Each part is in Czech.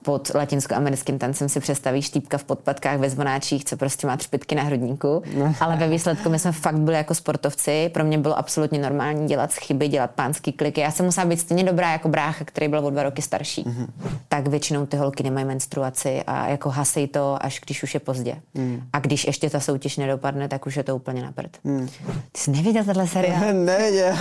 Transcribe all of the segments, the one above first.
pod latinskoamerickým tancem si představíš týpka v podpatkách ve zvonáčích, co prostě má třpytky na hrudníku, ale ve výsledku my jsme fakt byli jako sportovci, pro mě bylo absolutně normální dělat chyby, dělat pánský kliky. Já jsem musela být stejně dobrá jako brácha, který byl o 2 roky starší. Tak většinou ty holky nemají menstruaci a jako hasej to, až když už je pozdě. A když ještě ta soutěž nedopadne, tak už je to úplně na prd. Ty jsi neviděl tato seriál? Neviděl.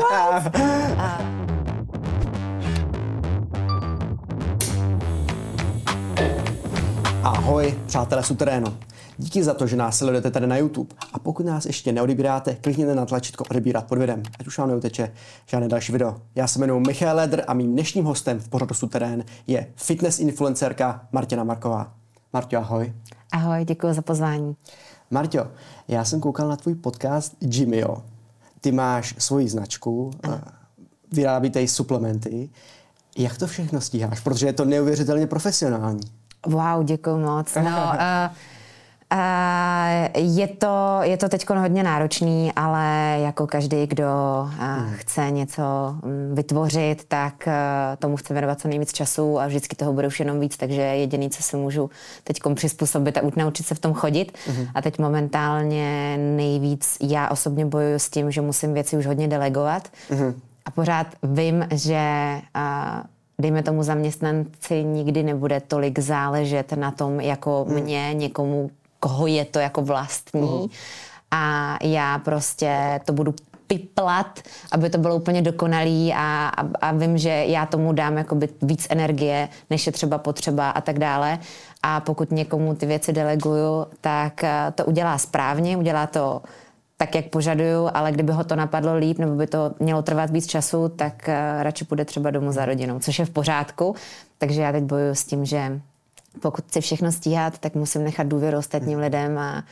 Ahoj, přátelé Suterénu. Díky za to, že nás sledujete tady na YouTube. A pokud nás ještě neodebíráte, klikněte na tlačítko odebírat pod videem, ať už vám neuteče žádné další video. Já se jmenuji Michal Ledr a mým dnešním hostem v pořadu Suterén je fitness influencerka Martina Marková. Marťo, ahoj. Ahoj, děkuji za pozvání. Marťo, já jsem koukal na tvůj podcast Gymio. Ty máš svoji značku, vyrábíte i suplementy. Jak to všechno stíháš? Protože je to neuvěřitelně profesionální. Wow, děkuji moc. No, je to teď hodně náročný, ale jako každý, kdo chce něco vytvořit, tak tomu chce věnovat co nejvíc času a vždycky toho bude už jenom víc, takže jediný, co si můžu teď přizpůsobit a naučit se v tom chodit. A teď momentálně nejvíc já osobně bojuju s tím, že musím věci už hodně delegovat a pořád vím, že dejme tomu zaměstnanci nikdy nebude tolik záležet na tom, jako mě, někomu, koho je to jako vlastní. A já prostě to budu piplat, aby to bylo úplně dokonalý a vím, že já tomu dám jakoby víc energie, než je třeba potřeba a tak dále. A pokud někomu ty věci deleguju, tak to udělá správně, udělá to tak, jak požaduju, ale kdyby ho to napadlo líp, nebo by to mělo trvat víc času, tak radši půjde třeba domů za rodinou, což je v pořádku. Takže já teď bojuju s tím, že pokud chci všechno stíhat, tak musím nechat důvěru ostatním lidem a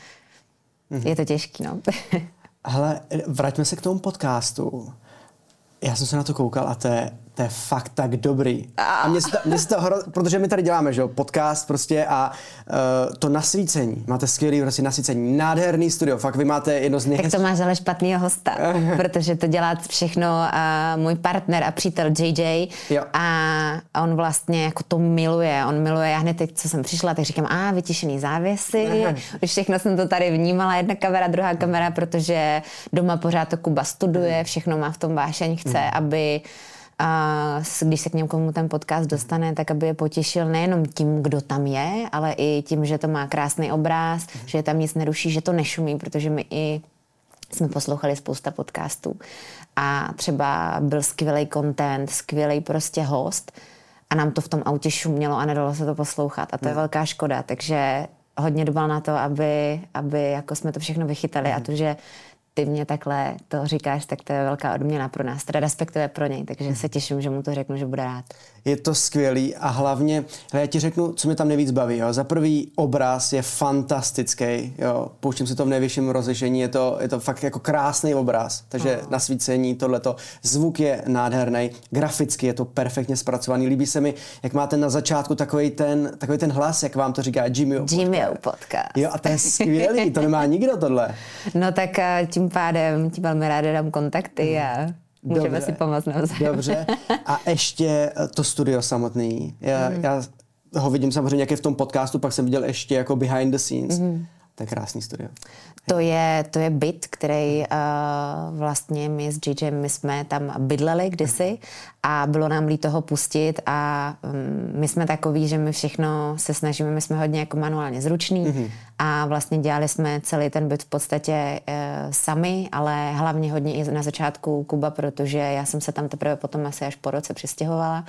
je to těžký, no. Hele, vraťme se k tomu podcastu. Já jsem se na to koukal a to je fakt tak dobrý. A mě se to protože my tady děláme, že jo, podcast prostě a to nasvícení. Máte skvělý prostě nasvícení. Nádherný studio. Fakt vy máte jedno z Tak to máš ale špatnýho hosta, protože to dělá všechno můj partner a přítel JJ. Jo. A on vlastně jako to miluje. On miluje, já hned teď, co jsem přišla, tak říkám, vytěšený závěsy. Už všechno jsem to tady vnímala, jedna kamera, druhá kamera, protože doma pořád to Kuba studuje, všechno má v tom vášeň, chce, aby když se k někomu ten podcast dostane, tak aby je potěšil nejenom tím, kdo tam je, ale i tím, že to má krásný obraz, že tam nic neruší, že to nešumí, protože my i jsme poslouchali spousta podcastů a třeba byl skvělý content, skvělý prostě host a nám to v tom autě šumělo a nedalo se to poslouchat a to je velká škoda, takže hodně dbal na to, aby jako jsme to všechno vychytali a to, že ty mě takhle to říkáš, tak to je velká odměna pro nás, teda respektive pro něj, takže se těším, že mu to řeknu, že bude rád. Je to skvělý a hlavně, já ti řeknu, co mě tam nejvíc baví. Jo. Za prvý obraz je fantastický, jo. Pouštím si to v nejvyšším rozlišení, je to fakt jako krásný obraz, takže nasvícení, tohleto, zvuk je nádherný, graficky je to perfektně zpracovaný, líbí se mi, jak máte na začátku takový ten hlas, jak vám to říká Gymio podcast. Jo, a to je skvělý, to nemá nikdo tohle. No tak tím pádem ti velmi ráda dám kontakty a můžeme si pomoct navzájem. Dobře. A ještě to studio samotný. Já ho vidím samozřejmě jak je v tom podcastu, pak jsem viděl ještě jako behind the scenes. To je krásný studio. To je byt, který vlastně my s JJem, my jsme tam bydleli kdysi a bylo nám líto ho pustit a my jsme takový, že my všechno se snažíme, my jsme hodně jako manuálně zruční a vlastně dělali jsme celý ten byt v podstatě sami, ale hlavně hodně i na začátku Kuba, protože já jsem se tam teprve potom asi až po roce přistěhovala.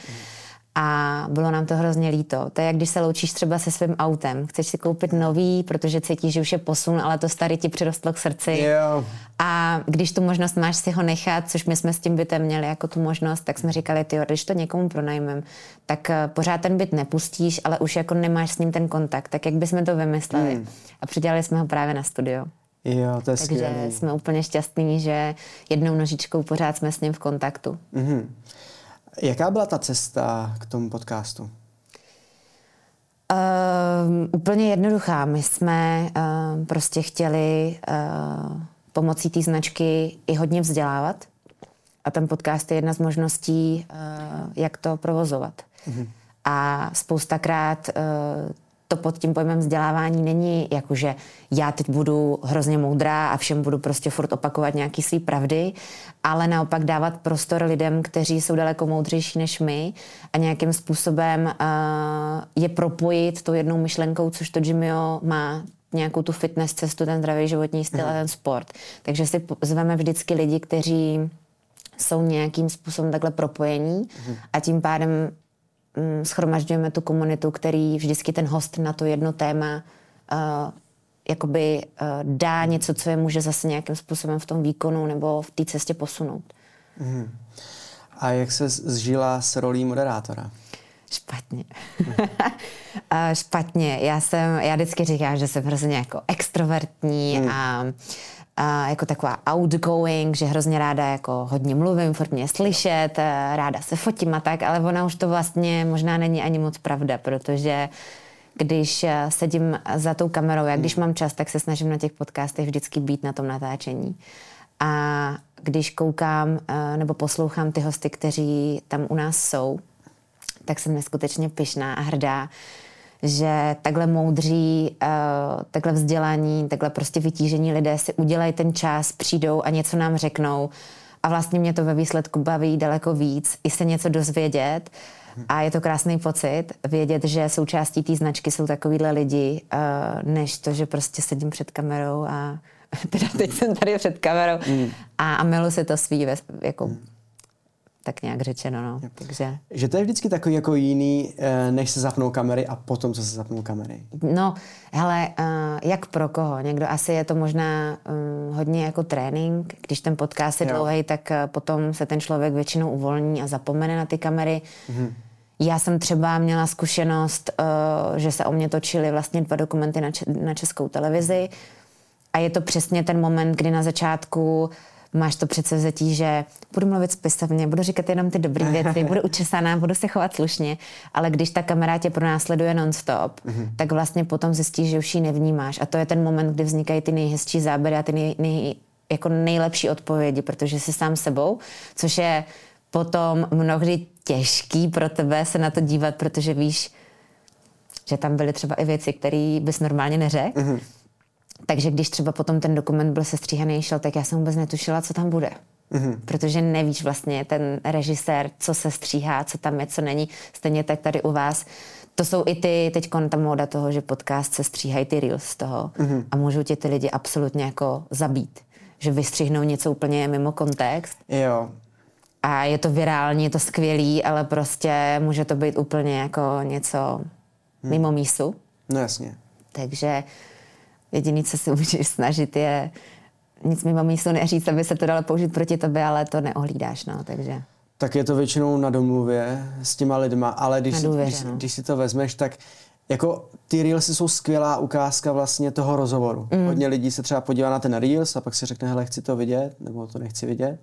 A bylo nám to hrozně líto. To je, jak když se loučíš třeba se svým autem. Chceš si koupit nový, protože cítíš, že už je posun, ale to starý ti přirostlo k srdci. Yeah. A když tu možnost máš si ho nechat, což my jsme s tím bytem měli jako tu možnost, tak jsme říkali, když to někomu pronajmem, tak pořád ten byt nepustíš, ale už jako nemáš s ním ten kontakt. Tak jak bychom to vymysleli? A přidělali jsme ho právě na studio. Jo, to je skvělý. Takže jsme úplně šťastní, že jednou nožičkou pořád jsme s ním v kontaktu. Jaká byla ta cesta k tomu podcastu? Úplně jednoduchá. My jsme prostě chtěli pomocí té značky i hodně vzdělávat. A ten podcast je jedna z možností, jak to provozovat. A spoustakrát to pod tím pojmem vzdělávání není jako, že já teď budu hrozně moudrá a všem budu prostě furt opakovat nějaký svý pravdy, ale naopak dávat prostor lidem, kteří jsou daleko moudřejší než my a nějakým způsobem je propojit tou jednou myšlenkou, což to Jimmyho má, nějakou tu fitness cestu, ten zdravý životní styl a ten sport. Takže si zveme vždycky lidi, kteří jsou nějakým způsobem takhle propojení a tím pádem shromažďujeme tu komunitu, který vždycky ten host na to jedno téma dá něco, co je může zase nějakým způsobem v tom výkonu nebo v té cestě posunout. A jak se zžila s rolí moderátora? Špatně. Špatně. Já vždycky říkám, že jsem hrozně jako extrovertní a jako taková outgoing, že hrozně ráda jako hodně mluvím, furt mě slyšet, ráda se fotím a tak, ale ona už to vlastně možná není ani moc pravda, protože když sedím za tou kamerou, já když mám čas, tak se snažím na těch podcastech vždycky být na tom natáčení. A když koukám nebo poslouchám ty hosty, kteří tam u nás jsou, tak jsem neskutečně pyšná a hrdá, že takhle moudří, takhle vzdělaní, takhle prostě vytížení lidé si udělají ten čas, přijdou a něco nám řeknou a vlastně mě to ve výsledku baví daleko víc, i se něco dozvědět a je to krásný pocit vědět, že součástí té značky jsou takovýhle lidi, než to, že prostě sedím před kamerou a teda teď jsem tady před kamerou a milu si to svý jako tak nějak řečeno, no. Takže... Že to je vždycky takový jako jiný, než se zapnou kamery a potom, co se zapnou kamery. No, hele, jak pro koho? Někdo asi je to možná hodně jako trénink. Když ten podcast je dlouhý, tak potom se ten člověk většinou uvolní a zapomene na ty kamery. Já jsem třeba měla zkušenost, že se o mě točily vlastně 2 dokumenty na Českou televizi a je to přesně ten moment, kdy na začátku máš to předsevzetí, že budu mluvit spisovně, budu říkat jenom ty dobré věci, budu učesaná, budu se chovat slušně, ale když ta kamera tě pronásleduje non-stop, tak vlastně potom zjistíš, že už ji nevnímáš. A to je ten moment, kdy vznikají ty nejhezčí záběry a ty jako nejlepší odpovědi, protože jsi sám sebou, což je potom mnohdy těžký pro tebe se na to dívat, protože víš, že tam byly třeba i věci, které bys normálně neřekl. Takže když třeba potom ten dokument byl sestříhaný, šel, tak já jsem vůbec netušila, co tam bude. Protože nevíš vlastně ten režisér, co se stříhá, co tam je, co není. Stejně tak tady u vás. To jsou i ty, teďkon ta móda toho, že podcast se stříhají ty reels z toho a můžou tě ty lidi absolutně jako zabít. Že vystřihnou něco úplně mimo kontext. Jo. A je to virální, je to skvělý, ale prostě může to být úplně jako něco mimo mísu. No jasně. Takže jediný, co si můžeš snažit, je nic mimo místu neříct, aby se to dalo použít proti tobě, ale to neohlídáš, no, takže... Tak je to většinou na domluvě s těma lidma, ale když si to vezmeš, tak jako ty reelsy jsou skvělá ukázka vlastně toho rozhovoru. Hodně lidí se třeba podívá na ten reels a pak si řekne, hele, chci to vidět, nebo to nechci vidět.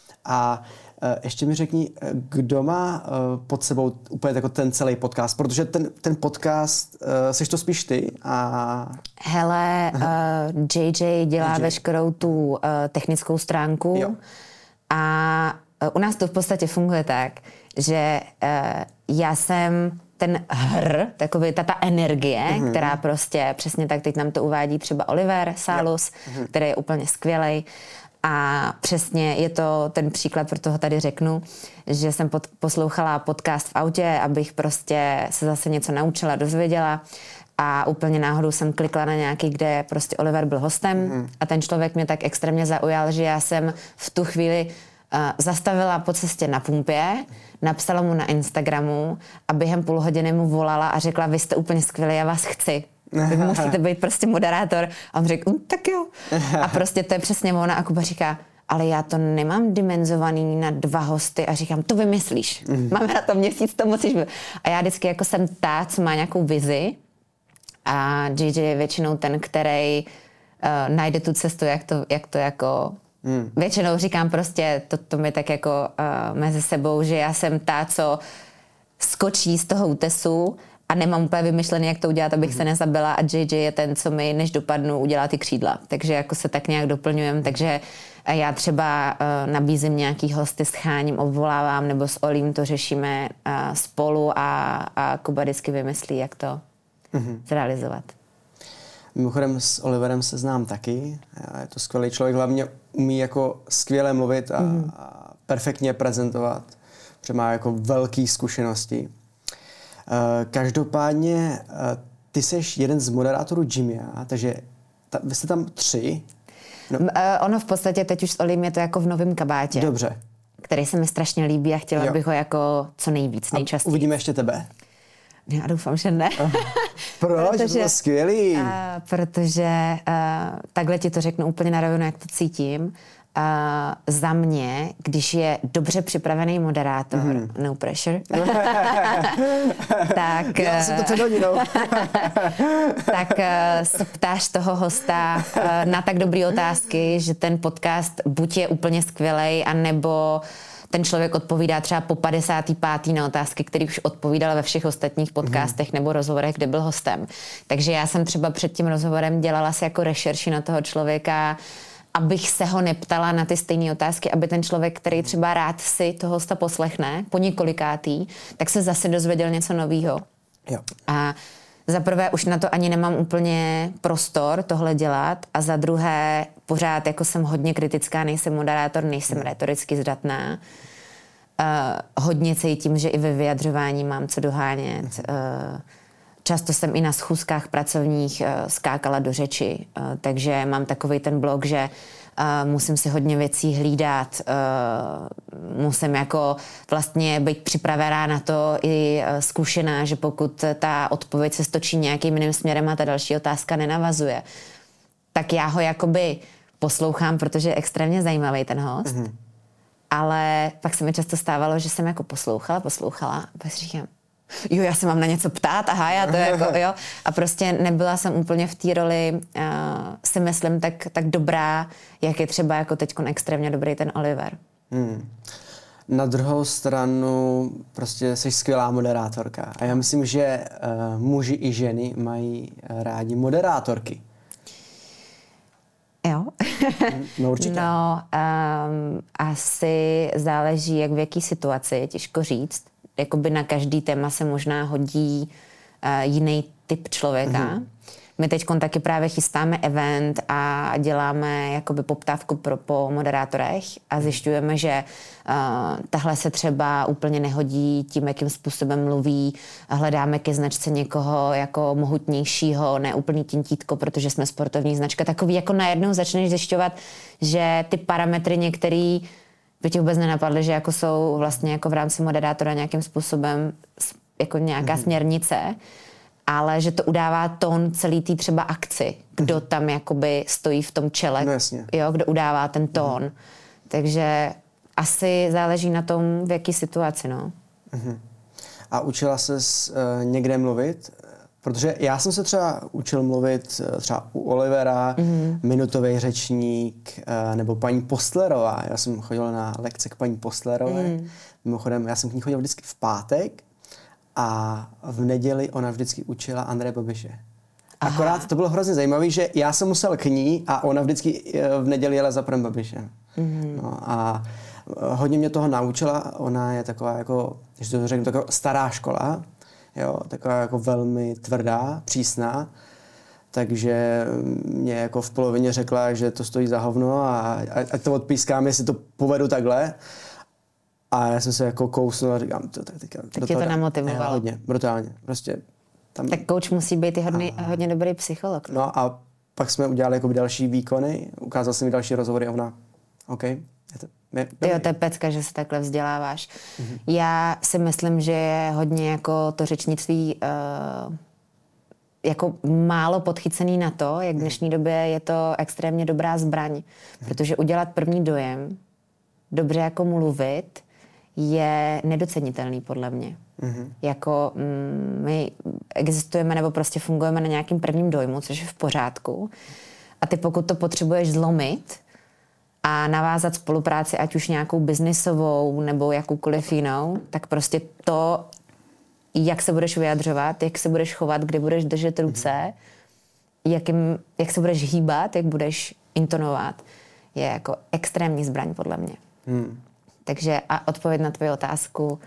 A ještě mi řekni, kdo má pod sebou úplně jako ten celý podcast, protože ten podcast, seš to spíš ty a... Hele, JJ dělá veškerou tu technickou stránku a u nás to v podstatě funguje tak, že já jsem ten takový ta energie, která prostě přesně tak, teď nám to uvádí třeba Oliver Salus, který je úplně skvělej. A přesně je to ten příklad, proto ho tady řeknu, že jsem poslouchala podcast v autě, abych prostě se zase něco naučila, dozvěděla a úplně náhodou jsem klikla na nějaký, kde prostě Oliver byl hostem a ten člověk mě tak extrémně zaujal, že já jsem v tu chvíli zastavila po cestě na pumpě, napsala mu na Instagramu a během půl hodiny mu volala a řekla, vy jste úplně skvělý, já vás chci. Vy musíte být prostě moderátor. A on řekl, tak jo. A prostě to je přesně ona a Kuba říká, ale já to nemám dimenzovaný na 2 hosty a říkám, to vymyslíš. Máme na to měsíc, to musíš. A já vždycky jako jsem ta, co má nějakou vizi a JJ je většinou ten, který najde tu cestu, jak to jako... Většinou říkám prostě, to mi tak jako mezi sebou, že já jsem ta, co skočí z toho útesu a nemám úplně vymyšlený, jak to udělat, abych se nezabila a JJ je ten, co mi, než dopadnu, udělá ty křídla. Takže jako se tak nějak doplňujeme, takže já třeba nabízím nějaký hosty s Cháním, obvolávám, nebo s Olím to řešíme spolu a Kuba vždycky vymyslí, jak to zrealizovat. Mimochodem s Oliverem se znám taky. Je to skvělý člověk, hlavně umí jako skvěle mluvit a perfektně prezentovat, protože má jako velké zkušenosti. Každopádně ty seš jeden z moderátorů Jimia, takže vy jste tam 3. No. Ono v podstatě teď už s Olím je to jako v novém kabátě. Dobře. Který se mi strašně líbí a chtěla bych ho jako co nejvíc, nejčastěji. Uvidíme ještě tebe? Já doufám, že ne. Proč? Protože, to skvělý. Protože takhle ti to řeknu úplně na rovinu, jak to cítím. Za mě, když je dobře připravený moderátor, no pressure, tak, já jsem to předhodil. tak se ptáš toho hosta na tak dobré otázky, že ten podcast buď je úplně skvělej, anebo ten člověk odpovídá třeba po 55. na otázky, který už odpovídal ve všech ostatních podcastech nebo rozhovorech, kde byl hostem. Takže já jsem třeba před tím rozhovorem dělala si jako rešerši na toho člověka, abych se ho neptala na ty stejné otázky, aby ten člověk, který třeba rád si toho hosta poslechne po několikátý, tak se zase dozvěděl něco novýho. Jo. A za prvé už na to ani nemám úplně prostor tohle dělat a za druhé pořád jako jsem hodně kritická, nejsem moderátor, nejsem retoricky zdatná. Hodně cítím, že i ve vyjadřování mám co dohánět. Často jsem i na schůzkách pracovních skákala do řeči, takže mám takový ten blok, že musím si hodně věcí hlídat, musím jako vlastně být připravená na to i zkušená, že pokud ta odpověď se stočí nějakým jiným směrem a ta další otázka nenavazuje, tak já ho jakoby poslouchám, protože je extrémně zajímavý ten host, ale pak se mi často stávalo, že jsem jako poslouchala a pak si říkám, jo, já se mám na něco ptát, aha, já to jako, jo. A prostě nebyla jsem úplně v té roli, si myslím, tak dobrá, jak je třeba jako teďkon extrémně dobrý ten Oliver. Na druhou stranu prostě jsi skvělá moderátorka. A já myslím, že muži i ženy mají rádi moderátorky. Jo. No určitě. No, asi záleží, jak v jaký situaci, je těžko říct. Jakoby na každý téma se možná hodí jiný typ člověka. My teď taky právě chystáme event a děláme jakoby poptávku po moderátorech a zjišťujeme, že tahle se třeba úplně nehodí tím, jakým způsobem mluví. Hledáme ke značce někoho jako mohutnějšího, ne úplně tintítko, protože jsme sportovní značka. Takový jako najednou začneš zjišťovat, že ty parametry některý by ti vůbec nenapadly, že jako jsou vlastně jako v rámci moderátora nějakým způsobem jako nějaká směrnice, ale že to udává tón celý té třeba akci, kdo tam jakoby stojí v tom čele, no, jo, kdo udává ten tón. Takže asi záleží na tom, v jaký situaci, no. A učila ses někde mluvit? Protože já jsem se třeba učil mluvit třeba u Olivera, minutový řečník, nebo paní Postlerová. Já jsem chodil na lekce k paní Postlerové. Mimochodem, já jsem k ní chodil vždycky v pátek a v neděli ona vždycky učila Andreje Babiše. Akorát to bylo hrozně zajímavé, že já jsem musel k ní a ona vždycky v neděli jela za panem Babišem. No a hodně mě toho naučila. Ona je taková jako, když to řeknu, taková stará škola. Jo, taková jako velmi tvrdá, přísná, takže mě jako v polovině řekla, že to stojí za hovno a ať to odpískám, jestli to povedu takhle. A já jsem se jako kousnul a říkám, tak tě to namotivovalo. Hodně, brutálně. Prostě tam... Tak coach musí být i hodně dobrý psycholog. No a pak jsme udělali jako další výkony, ukázal jsem mi další rozhovory a ona, OK. Jo, to je pecka, že se takhle vzděláváš. Já si myslím, že je hodně jako to řečnictví jako málo podchycený na to, jak v dnešní době je to extrémně dobrá zbraň. Protože udělat první dojem, dobře jako mluvit, je nedocenitelný podle mě. Jako my existujeme nebo prostě fungujeme na nějakým prvním dojmu, což je v pořádku. A ty pokud to potřebuješ zlomit a navázat spolupráci, ať už nějakou biznisovou nebo jakoukoliv jinou, tak prostě to jak se budeš vyjadřovat, jak se budeš chovat, kdy budeš držet ruce, jak se budeš hýbat, jak budeš intonovat, je jako extrémní zbraň podle mě. Takže a odpověď na tvoji otázku,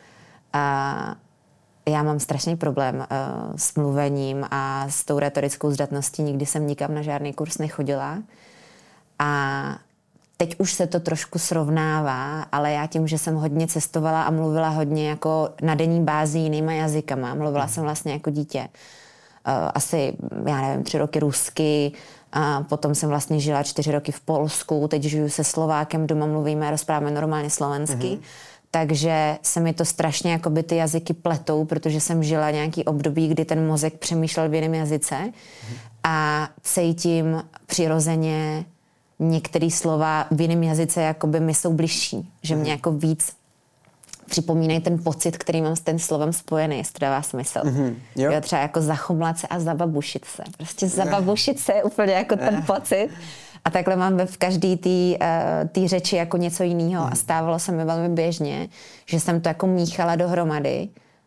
já mám strašný problém s mluvením a s tou retorickou zdatností. Nikdy jsem nikam na žádný kurz nechodila. A teď už se to trošku srovnává, ale já tím, že jsem hodně cestovala a mluvila hodně jako na denní bázi jinýma jazykama. Mluvila jsem vlastně jako dítě. Asi, já nevím, 3 roky rusky, a potom jsem vlastně žila 4 roky v Polsku, teď žiju se Slovákem, doma mluvíme a rozpráváme normálně slovensky. Takže se mi to strašně jakoby ty jazyky pletou, protože jsem žila nějaký období, kdy ten mozek přemýšlel v jiném jazyce a cítím přirozeně některé slova v jiném jazyce jakoby mi jsou bližší, že mě jako víc připomínají ten pocit, který mám s tím slovem spojený, jestli to dává smysl. Jo, třeba jako zachomlat se a zababušit se. Prostě zababušit se je úplně jako ten pocit. A takhle mám v každý té řeči jako něco jiného. A stávalo se mi velmi běžně, že jsem to jako míchala dohromady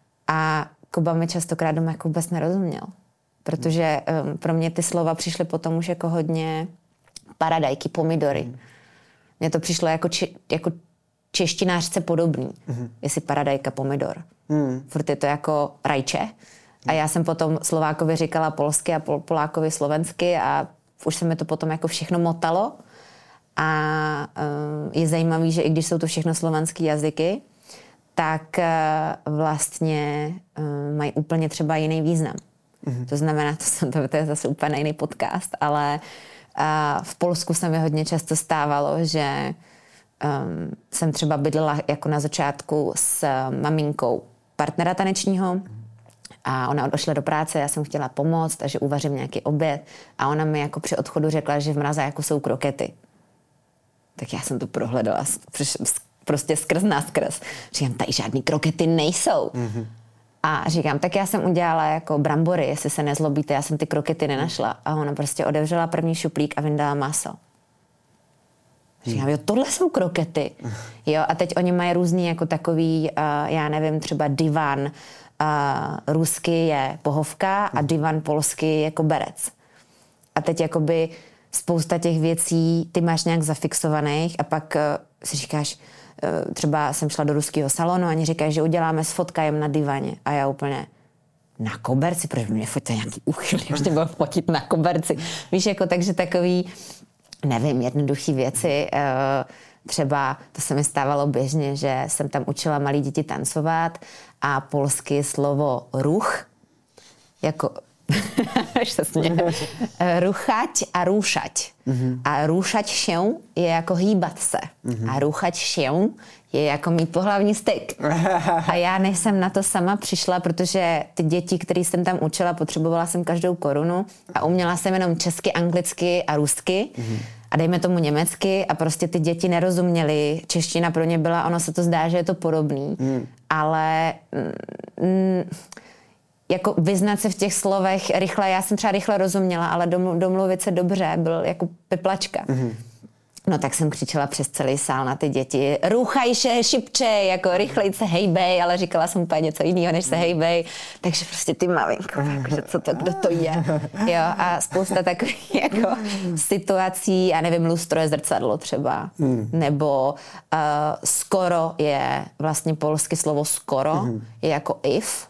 a Kuba mi častokrát doma jako vůbec nerozuměl. Protože pro mě ty slova přišly potom už jako hodně paradajky, pomidory. Mně to přišlo jako češtinářce podobný. Jestli paradajka, pomidor. Furt je to jako rajče. A já jsem potom Slovákovi říkala polsky a Polákovi slovensky a už se mi to potom jako všechno motalo. A je zajímavý, že i když jsou to všechno slovanský jazyky, tak vlastně mají úplně třeba jiný význam. To znamená, to je zase úplně jiný podcast, ale v Polsku se mi hodně často stávalo, že jsem třeba bydlela jako na začátku s maminkou partnera tanečního a ona odešla do práce, já jsem chtěla pomoct a že uvařím nějaký oběd a ona mi jako při odchodu řekla, že v mrazáku jsou krokety. Tak já jsem to prohledala prostě skrz náskrz. Říkám, tady žádný krokety nejsou. A říkám, tak já jsem udělala jako brambory, jestli se nezlobíte, já jsem ty krokety nenašla. A ona prostě otevřela první šuplík a vyndala maso. Říkám, jo, tohle jsou krokety. Jo, a teď oni mají různý jako takový, já nevím, třeba divan rusky je pohovka a divan polsky je koberec. A teď jakoby spousta těch věcí ty máš nějak zafixovaných a pak si říkáš, třeba jsem šla do ruského salonu a oni říkají, že uděláme s fotkajem na divaně. A já úplně, na koberci? Proč mě fotíte nějaký úchyl, už mě bylo fotit na koberci. Víš, jako takže takový, nevím, jednoduchý věci. Třeba to se mi stávalo běžně, že jsem tam učila malí děti tancovat a polsky slovo ruch, jako ruchať a rúšať. A rúšať się je jako hýbat se. A rúchať się je jako mít pohlavní styk. A já než jsem na to sama přišla, protože ty děti, které jsem tam učila, potřebovala jsem každou korunu a uměla jsem jenom česky, anglicky a rusky. A dejme tomu německy a prostě ty děti nerozuměly. Čeština pro ně byla, ono se to zdá, že je to podobný. Ale jako vyznat se v těch slovech rychle, já jsem třeba rychle rozuměla, ale domluvit se dobře byl jako piplačka. No tak jsem křičela přes celý sál na ty děti, růchaj se, šipče, jako rychlejce, hejbej, ale říkala jsem úplně něco jiného, než se hejbej. Takže prostě ty malinko, jakože co to, kdo to je. Jo, a spousta takových jako situací, já nevím, lustro je zrcadlo třeba, nebo skoro je vlastně polské slovo skoro, je jako if,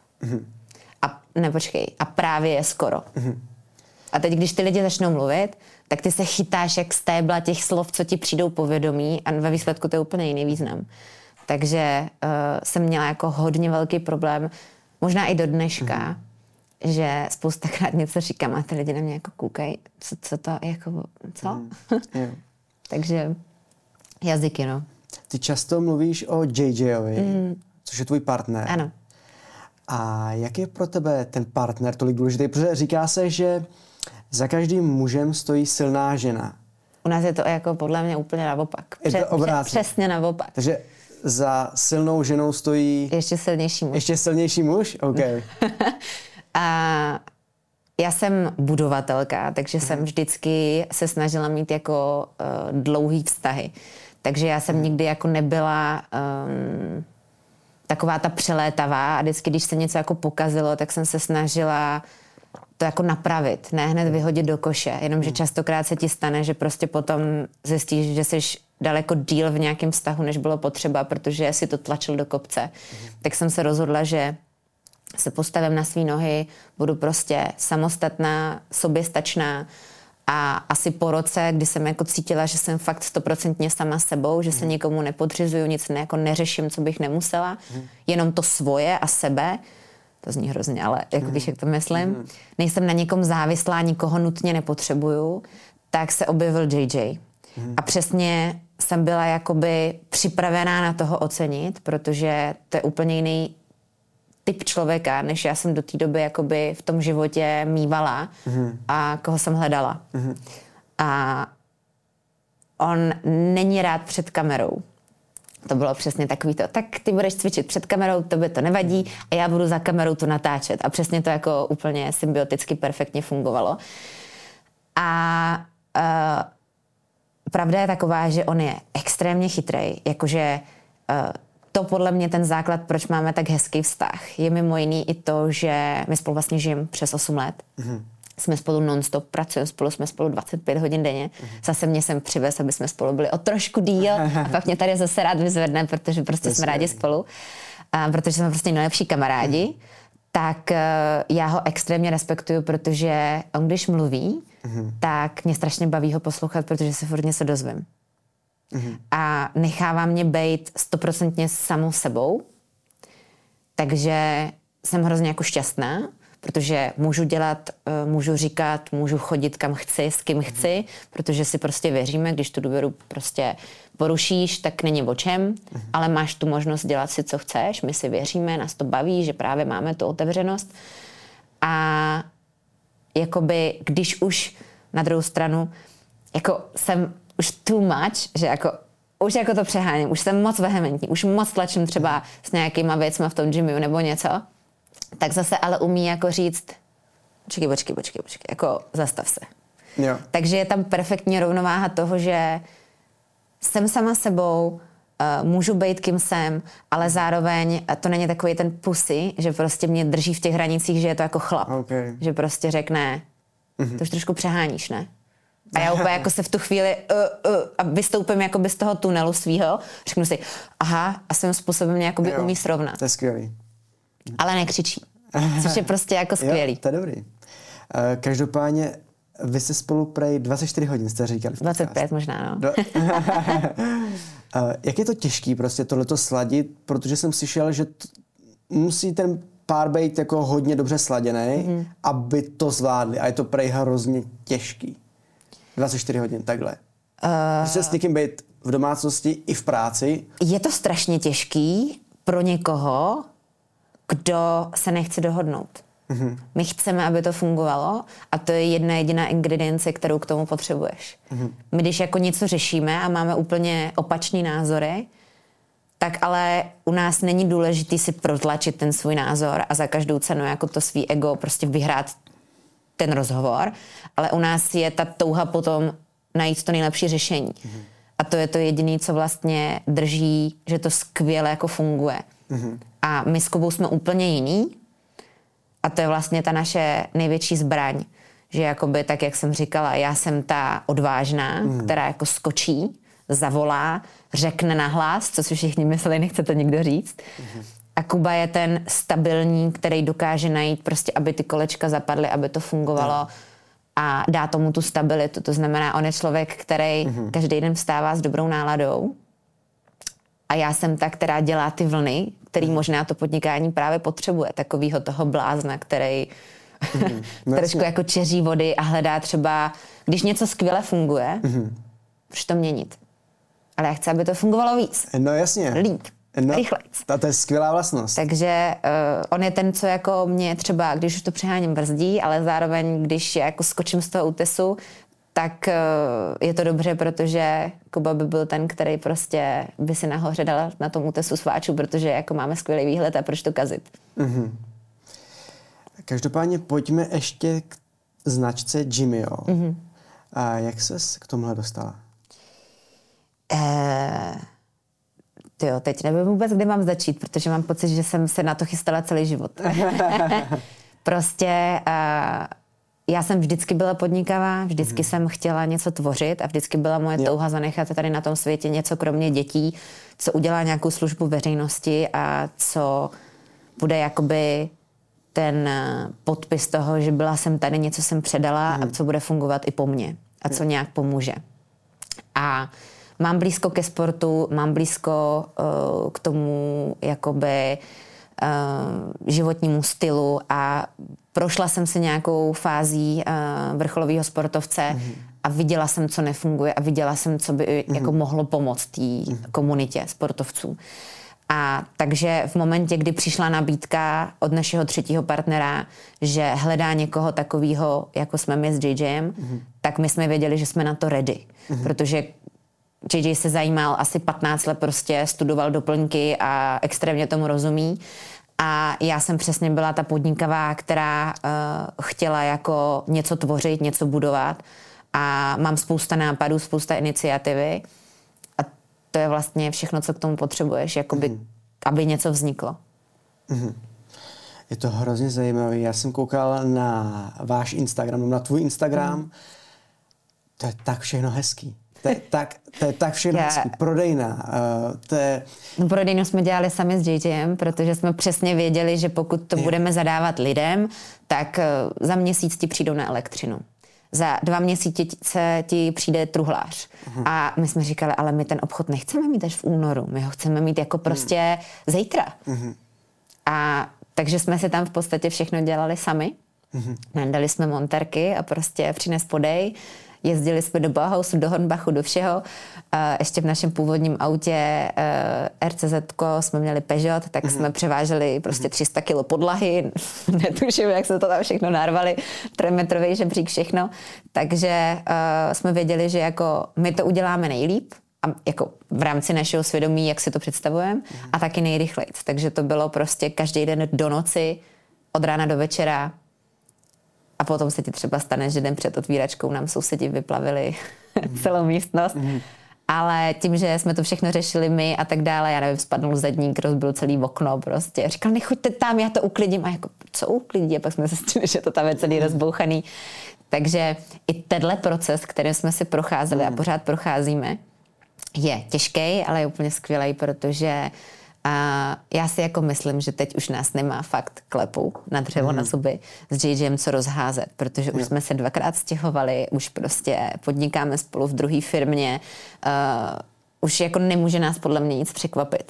a právě je skoro. A teď, když ty lidi začnou mluvit, tak ty se chytáš jak stébla těch slov, co ti přijdou povědomí a ve výsledku to je úplně jiný význam. Takže jsem měla jako hodně velký problém, možná i do dneška, že spoustakrát něco říkám a ty lidi na mě jako koukají, co to jako, co? Takže jazyky, no. Ty často mluvíš o JJovi, což je tvůj partner. Ano. A jak je pro tebe ten partner tolik důležitý? Protože říká se, že za každým mužem stojí silná žena. U nás je to jako podle mě úplně naopak. Přesně naopak. Takže za silnou ženou stojí... Ještě silnější muž. Ještě silnější muž? OK. A já jsem budovatelka, takže jsem vždycky se snažila mít jako dlouhý vztahy. Takže já jsem nikdy jako nebyla taková ta přelétavá a vždycky, když se něco jako pokazilo, tak jsem se snažila to jako napravit, ne hned vyhodit do koše, jenomže častokrát se ti stane, že prostě potom zjistíš, že jsi daleko díl v nějakém vztahu, než bylo potřeba, protože si to tlačil do kopce. Tak jsem se rozhodla, že se postavím na svý nohy, budu prostě samostatná, soběstačná a asi po roce, kdy jsem jako cítila, že jsem fakt 100% sama sebou, že se nikomu nepodřizuju, nic jako neřeším, co bych nemusela, jenom to svoje a sebe, to zní hrozně, ale jako víš, jak to myslím, nejsem na někom závislá, nikoho nutně nepotřebuju, tak se objevil JJ. A přesně jsem byla jakoby připravená na toho ocenit, protože to je úplně jiný typ člověka, než já jsem do té doby jakoby v tom životě mívala a koho jsem hledala. A on není rád před kamerou. To bylo přesně takový to, tak ty budeš cvičit před kamerou, tobě to nevadí a já budu za kamerou to natáčet. A přesně to jako úplně symbioticky perfektně fungovalo. A pravda je taková, že on je extrémně chytrej, jakože to podle mě ten základ, proč máme tak hezký vztah. Je mimo jiný i to, že my spolu vlastně žijeme přes 8 let. Jsme spolu non-stop, pracujeme spolu, jsme spolu 25 hodin denně. Zase mě sem přivez, aby jsme spolu byli o trošku díl a pak mě tady zase rád vyzvedne, protože prostě jsme rádi spolu. Protože jsme prostě nejlepší kamarádi. Tak já ho extrémně respektuju, protože on když mluví, tak mě strašně baví ho poslouchat, protože se furt něco dozvím. A nechává mě být 100% samou sebou. Takže jsem hrozně jako šťastná, protože můžu dělat, můžu říkat, můžu chodit kam chci, s kým chci, protože si prostě věříme, když tu důvěru prostě porušíš, tak není o čem, ale máš tu možnost dělat si, co chceš, my si věříme, nás to baví, že právě máme tu otevřenost. A jakoby, když už na druhou stranu, jako jsem už too much, že jako už jako to přeháním, už jsem moc vehementní, už moc tlačím třeba s nějakýma věcma v tom gymu nebo něco, tak zase ale umí jako říct počkej, jako zastav se. Jo. Takže je tam perfektní rovnováha toho, že jsem sama sebou, můžu být kým jsem, ale zároveň to není takový ten pussy, že prostě mě drží v těch hranicích, že je to jako chlap. Okay. Že prostě řekne, to už trošku přeháníš, ne? A já úplně jako se v tu chvíli a vystoupím jakoby z toho tunelu svýho, řeknu si, aha, a svým způsobem mě jakoby umí srovnat. To je skvělý. Ale nekřičí. Což je prostě jako skvělý. Jo, to je dobrý. Každopádně vy jste spolu prej 24 hodin, jste říkali. 25 možná, no. Jak je to těžký prostě tohleto sladit, protože jsem slyšel, že musí ten pár být jako hodně dobře sladěný, aby to zvládli. A je to prej hrozně těžký. 24 hodin, takhle. Prostě s někým být v domácnosti i v práci. Je to strašně těžký pro někoho, kdo se nechce dohodnout. My chceme, aby to fungovalo a to je jedna jediná ingredience, kterou k tomu potřebuješ. My když jako něco řešíme a máme úplně opačný názory, tak ale u nás není důležitý si protlačit ten svůj názor a za každou cenu jako to svý ego prostě vyhrát ten rozhovor, ale u nás je ta touha potom najít to nejlepší řešení. A to je to jediné, co vlastně drží, že to skvěle jako funguje. A my s Kubou jsme úplně jiný a to je vlastně ta naše největší zbraň, že jakoby tak, jak jsem říkala, já jsem ta odvážná, která jako skočí, zavolá, řekne nahlas, co si všichni mysleli, nechce to někdo říct. A Kuba je ten stabilní, který dokáže najít prostě, aby ty kolečka zapadly, aby to fungovalo a dá tomu tu stabilitu. To znamená, on je člověk, který každý den vstává s dobrou náladou a já jsem ta, která dělá ty vlny, který možná to podnikání právě potřebuje. Takovýho toho blázna, který trošku jako čeří vody a hledá třeba, když něco skvěle funguje, proč to měnit? Ale já chci, aby to fungovalo víc. No jasně. Líp. Rychlejc. To je skvělá vlastnost. Takže on je ten, co jako mě třeba, když už to přeháním, brzdí, ale zároveň, když jako skočím z toho útesu, tak je to dobře, protože Kuba by byl ten, který prostě by si nahoře dal na tom útesu sváču, protože jako máme skvělý výhled a proč to kazit. Každopádně pojďme ještě k značce Jimio. A jak ses k tomuhle dostala? tyjo, teď nevím vůbec, kde mám začít, protože mám pocit, že jsem se na to chystala celý život. Prostě já jsem vždycky byla podnikavá, vždycky jsem chtěla něco tvořit a vždycky byla moje touha zanechat tady na tom světě něco kromě dětí, co udělá nějakou službu veřejnosti a co bude jakoby ten podpis toho, že byla jsem tady, něco jsem předala a co bude fungovat i po mně a co nějak pomůže. A mám blízko ke sportu, mám blízko k tomu jakoby životnímu stylu a prošla jsem si nějakou fází vrcholového sportovce a viděla jsem, co nefunguje a viděla jsem, co by jako mohlo pomoct té komunitě sportovců. A takže v momentě, kdy přišla nabídka od našeho třetího partnera, že hledá někoho takového, jako jsme my s JJem, tak my jsme věděli, že jsme na to ready. Protože JJ se zajímal asi 15 let, prostě studoval doplňky a extrémně tomu rozumí. A já jsem přesně byla ta podnikavá, která chtěla jako něco tvořit, něco budovat. A mám spousta nápadů, spousta iniciativy. A to je vlastně všechno, co k tomu potřebuješ, jakoby, aby něco vzniklo. Je to hrozně zajímavé. Já jsem koukal na váš Instagram, na tvůj Instagram. To je tak všechno hezký. To je tak všechno hezký. Prodejna. No, prodejnu jsme dělali sami s JJem, protože jsme přesně věděli, že pokud to budeme zadávat lidem, tak za měsíc ti přijdou na elektřinu. Za 2 měsíce ti přijde truhlář. A my jsme říkali, ale my ten obchod nechceme mít až v únoru. My ho chceme mít jako prostě zítra. A takže jsme si tam v podstatě všechno dělali sami. Dali jsme monterky a prostě přines podej. Jezdili jsme do Bauhausu, do Hornbachu, do všeho. Ještě v našem původním autě RCZ jsme měli Peugeot, tak jsme převáželi prostě 300 kilo podlahy. Netuším, jak se to tam všechno narvali. 3metrový žebřík, všechno. Takže jsme věděli, že jako my to uděláme nejlíp. A jako v rámci našeho svědomí, jak si to představujeme. A taky nejrychleji. Takže to bylo prostě každý den do noci, od rána do večera. A potom se ti třeba stane, že den před otvíračkou nám sousedi vyplavili celou místnost. Ale tím, že jsme to všechno řešili my a tak dále, já nevím, spadnul zadník, rozbil celý okno prostě. Říkal, nechoďte tam, já to uklidím. A jako, co uklidí? A pak jsme zjistili, že to tam je celý rozbouchaný. Takže i tenhle proces, kterým jsme si procházeli a pořád procházíme, je těžký, ale je úplně skvělý, protože já si jako myslím, že teď už nás nemá fakt klepu na dřevo na zuby s JJem co rozházet, protože už jsme se 2krát stěhovali, už prostě podnikáme spolu v druhé firmě, už jako nemůže nás podle mě nic překvapit.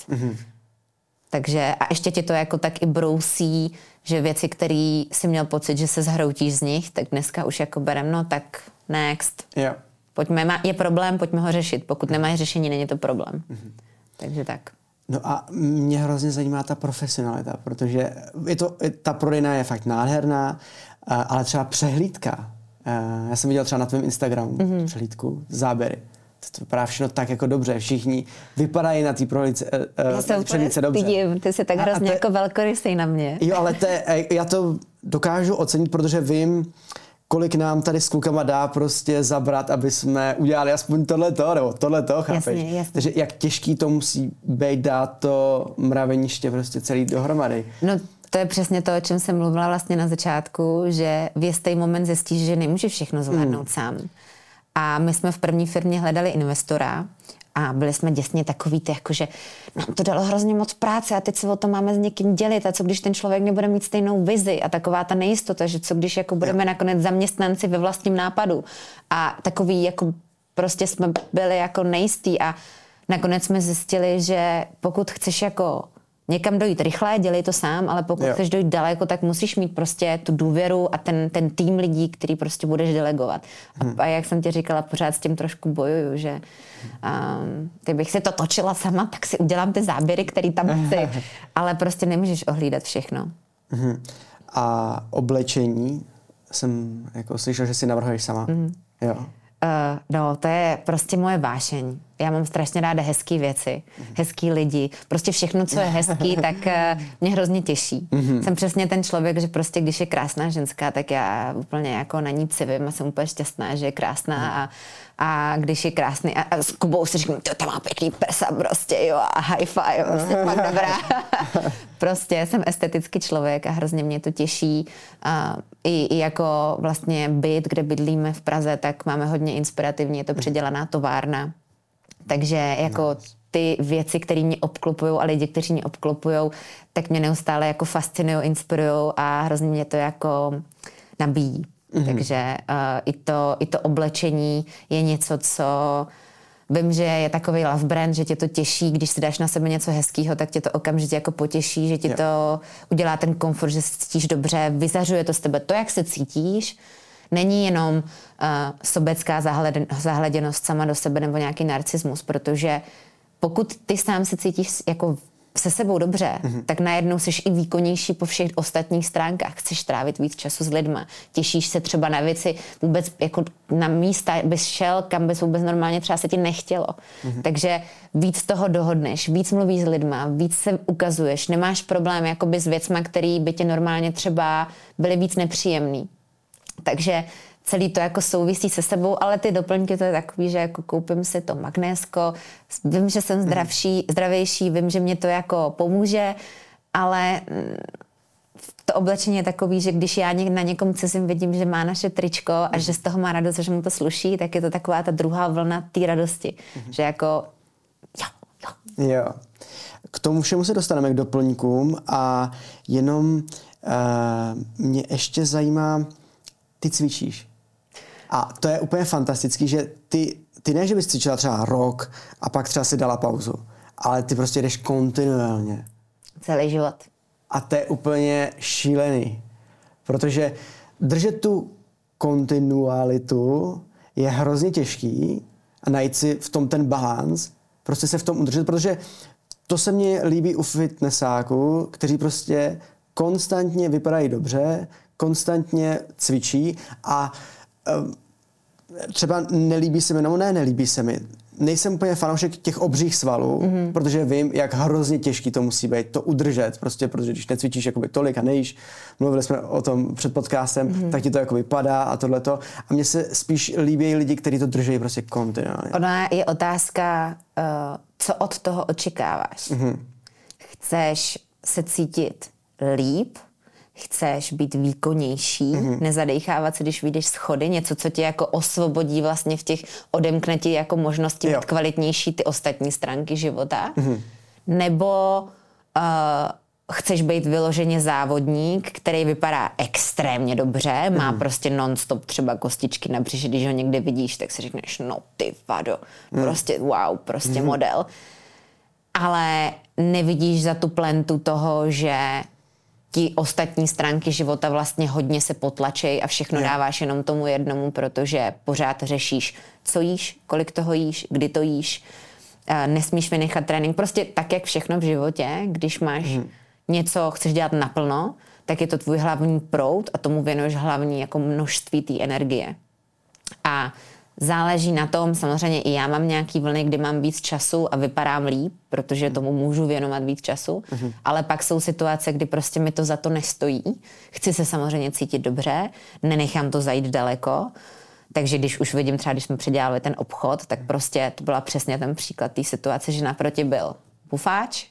Takže a ještě ti to jako tak i brousí, že věci, které si měl pocit, že se zhroutíš z nich, tak dneska už jako berem, no tak next. Pojďme, je problém, pojďme ho řešit. Pokud nemáš řešení, není to problém. Takže tak. No a mě hrozně zajímá ta profesionalita, protože ta prodejna je fakt nádherná, ale třeba přehlídka. Já jsem viděl třeba na tvém Instagramu přehlídku, záběry. To vypadá všechno tak jako dobře. Všichni vypadají na té přehlídce dobře. Ty jsi tak hrozně jako velkorysej na mě. Jo, ale já to dokážu ocenit, protože vím, kolik nám tady s klukama dá prostě zabrat, aby jsme udělali aspoň tohleto, chápeš? Jasně. Takže jak těžký to musí být dát to mraveniště prostě celý dohromady. No to je přesně to, o čem jsem mluvila vlastně na začátku, že v jistý moment zjistíš, že nemůžeš všechno zvládnout sám. A my jsme v první firmě hledali investora a byli jsme děsně takový, jakože nám to dalo hrozně moc práce a teď se o to máme s někým dělit a co když ten člověk nebude mít stejnou vizi a taková ta nejistota, že co když jako budeme nakonec zaměstnanci ve vlastním nápadu a takový jako prostě jsme byli jako nejistý a nakonec jsme zjistili, že pokud chceš jako někam dojít rychle, dělej to sám, ale pokud chceš dojít daleko, tak musíš mít prostě tu důvěru a ten tým lidí, který prostě budeš delegovat. A jak jsem ti říkala, pořád s tím trošku bojuju, že kdybych si to točila sama, tak si udělám ty záběry, který tam chci. Ale prostě nemůžeš ohlídat všechno. A oblečení jsem jako slyšel, že si navrhuješ sama. Jo. No, to je prostě moje vášeň. já mám strašně ráda hezký věci, hezký lidi. Prostě všechno, co je hezký, tak mě hrozně těší. Jsem přesně ten člověk, že prostě když je krásná ženská, tak já úplně jako na ní civím a jsem úplně šťastná, že je krásná a když je krásný a s Kubou si říkám, to má pěkný prsa prostě, jo, a high five, prostě fakt dobrá. Prostě jsem estetický člověk a hrozně mě to těší. I jako vlastně byt, kde bydlíme v Praze, tak máme hodně inspirativní, je to předělaná továrna. Takže jako ty věci, které mě obklopují a lidi, kteří mě obklopují, tak mě neustále jako fascinují, inspirují a hrozně mě to jako nabíjí. Takže i to oblečení je něco, co vím, že je takový love brand, že tě to těší, když si dáš na sebe něco hezkého, tak tě to okamžitě jako potěší, že ti to udělá ten komfort, že se cítíš dobře, vyzařuje to z tebe to, jak se cítíš. Není jenom sobecká zahleděnost sama do sebe nebo nějaký narcismus, protože pokud ty sám se cítíš jako se sebou dobře, tak najednou jsi i výkonnější po všech ostatních stránkách. Chceš trávit víc času s lidma. Těšíš se třeba na věci vůbec jako na místa, bys šel, kam bys vůbec normálně třeba se ti nechtělo. Takže víc toho dohodneš, víc mluvíš s lidma, víc se ukazuješ. Nemáš problém jakoby s věcma, které by tě normálně třeba byly víc nepříjemný. Takže celý to jako souvisí se sebou, ale ty doplňky to je takový, že jako koupím si to magnésko, vím, že jsem zdravější, vím, že mě to jako pomůže, ale to oblečení je takový, že když já na někom cizím vidím, že má naše tričko a že z toho má radost, že mu to sluší, tak je to taková ta druhá vlna té radosti, že jako jo. K tomu všemu se dostaneme k doplňkům a jenom mě ještě zajímá, ty cvičíš. A to je úplně fantastický, že ty ne, že bys cvičila třeba rok a pak třeba si dala pauzu, ale ty prostě jdeš kontinuálně. Celý život. A to je úplně šílený. Protože držet tu kontinualitu je hrozně těžký a najít si v tom ten balans, prostě se v tom udržet, protože to se mně líbí u fitnessáků, kteří prostě konstantně vypadají dobře, konstantně cvičí a třeba nelíbí se mi, nebo nelíbí se mi. Nejsem úplně fanoušek těch obřích svalů, protože vím, jak hrozně těžký to musí být, to udržet, prostě, protože když necvičíš jakoby tolik a nejíš, mluvili jsme o tom před podcastem, tak ti to jakoby padá a tohleto. A mně se spíš líbí lidi, kteří to drží prostě kontinuálně. Ona je otázka, co od toho očekáváš. Chceš se cítit líp, chceš být výkonnější, nezadechávat se, když vyjdeš schody, něco, co tě jako osvobodí vlastně v těch, odemkne ti jako možnosti mít kvalitnější ty ostatní stránky života, nebo chceš být vyloženě závodník, který vypadá extrémně dobře, má prostě non-stop třeba kostičky na břiše, když ho někde vidíš, tak si řekneš, no ty vado, prostě wow, prostě model. Ale nevidíš za tu plentu toho, že ti ostatní stránky života vlastně hodně se potlačejí a všechno dáváš jenom tomu jednomu, protože pořád řešíš, co jíš, kolik toho jíš, kdy to jíš, nesmíš vynechat trénink. Prostě tak, jak všechno v životě, když máš něco, chceš dělat naplno, tak je to tvůj hlavní proud a tomu věnuješ hlavní jako množství té energie. A záleží na tom, samozřejmě i já mám nějaký vlny, kdy mám víc času a vypadám líp, protože tomu můžu věnovat víc času, ale pak jsou situace, kdy prostě mi to za to nestojí. Chci se samozřejmě cítit dobře, nenechám to zajít daleko, takže když už vidím třeba, když jsme předělali ten obchod, tak prostě to byla přesně ten příklad té situace, že naproti byl bufáč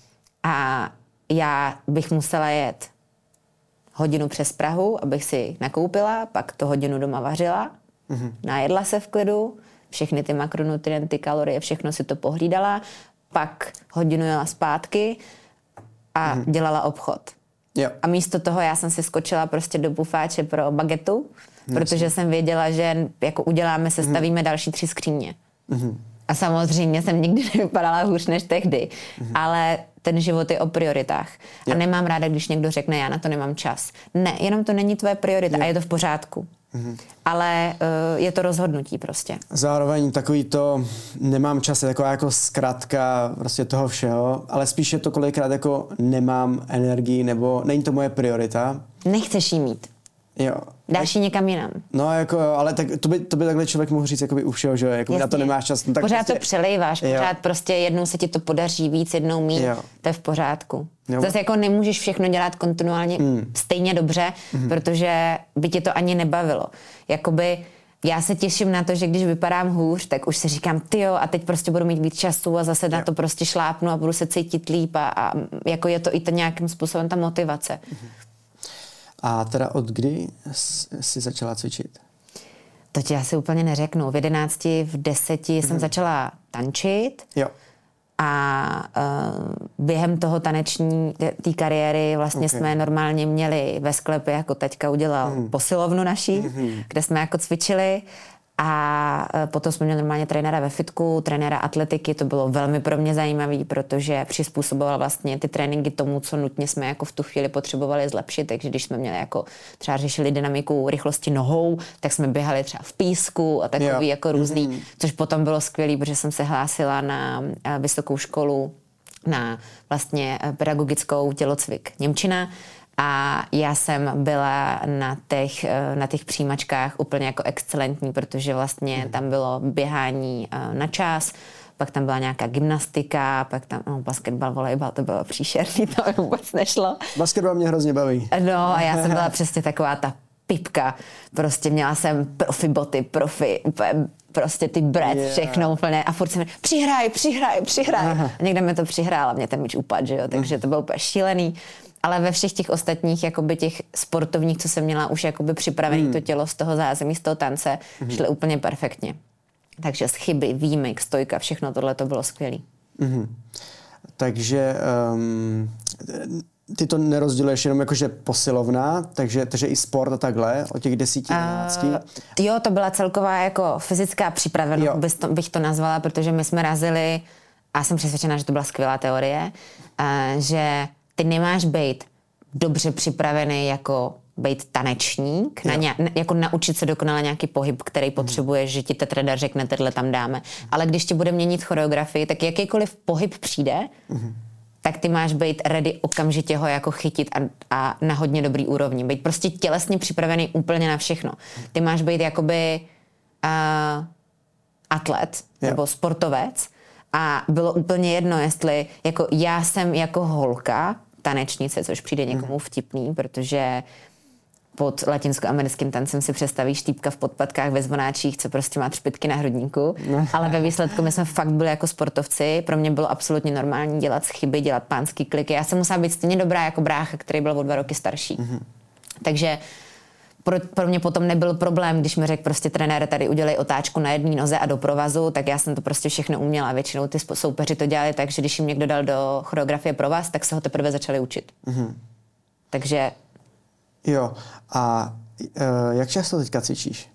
a já bych musela jet hodinu přes Prahu, abych si nakoupila, pak to hodinu doma vařila, najedla se v klidu, všechny ty makronutrienty, kalorie, všechno si to pohlídala, pak hodinu jela zpátky a dělala obchod. Jo. A místo toho já jsem si skočila prostě do bufáče pro bagetu, protože jsem věděla, že jako uděláme, sestavíme další 3 skříně. A samozřejmě jsem nikdy nevypadala hůř než tehdy, ale ten život je o prioritách. A nemám ráda, když někdo řekne, já na to nemám čas. Ne, jenom to není tvoje priorita a je to v pořádku. Ale je to rozhodnutí prostě. Zároveň takový to nemám čas, je taková jako zkratka prostě toho všeho, ale spíš je to kolikrát jako nemám energii nebo není to moje priorita. Nechceš jí mít. Jo. Dáš ji někam jinam. No jako jo, ale tak to by takhle člověk mohl říct jakoby u všeho, že jako na to nemáš čas. No, tak pořád prostě... to přelejváš, pořád prostě jednou se ti to podaří víc, jednou míň, to je v pořádku. Jo. Zase jako nemůžeš všechno dělat kontinuálně stejně dobře, protože by tě to ani nebavilo. Jakoby já se těším na to, že když vypadám hůř, tak už si říkám, tyjo, a teď prostě budu mít víc času a zase na to prostě šlápnu a budu se cítit líp a jako je to i to nějakým způsobem ta motivace. A teda od kdy jsi začala cvičit? To ti asi úplně neřeknu. V 11, v 10 jsem začala tančit. Jo. A během toho té kariéry vlastně jsme normálně měli ve sklepě, jako teďka udělal posilovnu naší, kde jsme jako cvičili. A potom jsme měli normálně trenéra ve fitku, trenéra atletiky, to bylo velmi pro mě zajímavé, protože přizpůsoboval vlastně ty tréninky tomu, co nutně jsme jako v tu chvíli potřebovali zlepšit, takže když jsme měli jako třeba řešili dynamiku rychlosti nohou, tak jsme běhali třeba v písku a takový jako různý, což potom bylo skvělý, protože jsem se hlásila na vysokou školu na vlastně pedagogickou tělocvik němčina. A já jsem byla na těch přijímačkách úplně jako excelentní, protože vlastně tam bylo běhání na čas, pak tam byla nějaká gymnastika, pak tam basketbal, volejbal, to bylo příšerný, to mi vůbec nešlo. Basketbal mě hrozně baví. No a já jsem byla přesně taková ta pipka, prostě měla jsem profi boty, prostě ty bread, všechno úplně a furt jsem přihraj. A někde mi to přihrála, mě ten míč upad, že jo, takže to bylo úplně šílený. Ale ve všech těch ostatních jakoby těch sportovních, co jsem měla už jakoby připravený to tělo z toho zázemí, z toho tance, šly úplně perfektně. Takže z chyby, výjimek, stojka, všechno tohle to bylo skvělý. Takže ty to nerozděluješ jenom jakože posilovna, takže i sport a takhle, od těch 10, 11? Jo, to byla celková jako fyzická připravenost, bych to nazvala, protože my jsme razili, a jsem přesvědčená, že to byla skvělá teorie, že ty nemáš být dobře připravený jako být tanečník, jako naučit se dokonale nějaký pohyb, který potřebuješ, že ti ten trenér řekne, tohle tam dáme. Ale když ti bude měnit choreografii, tak jakýkoliv pohyb přijde, tak ty máš být ready okamžitě ho jako chytit a na hodně dobrý úrovni. Být prostě tělesně připravený úplně na všechno. Ty máš být jakoby atlet nebo sportovec a bylo úplně jedno, jestli jako já jsem jako holka tanečnice, což přijde někomu vtipný, protože pod latinskoamerickým tancem si představíš týpka v podpatkách ve zvonáčích, co prostě má třpytky na hrudníku, ale ve výsledku my jsme fakt byli jako sportovci, pro mě bylo absolutně normální dělat chyby, dělat pánský kliky. Já jsem musela být stejně dobrá jako brácha, který byl o 2 roky starší. Takže pro mě potom nebyl problém, když mi řekl prostě trenér, tady udělej otáčku na jedné noze a do provazu, tak já jsem to prostě všechno uměla. Většinou ty soupeři to dělali tak, že když jim někdo dal do choreografie provaz, tak se ho teprve začali učit. Takže... Jo. A jak často teďka cvičíš?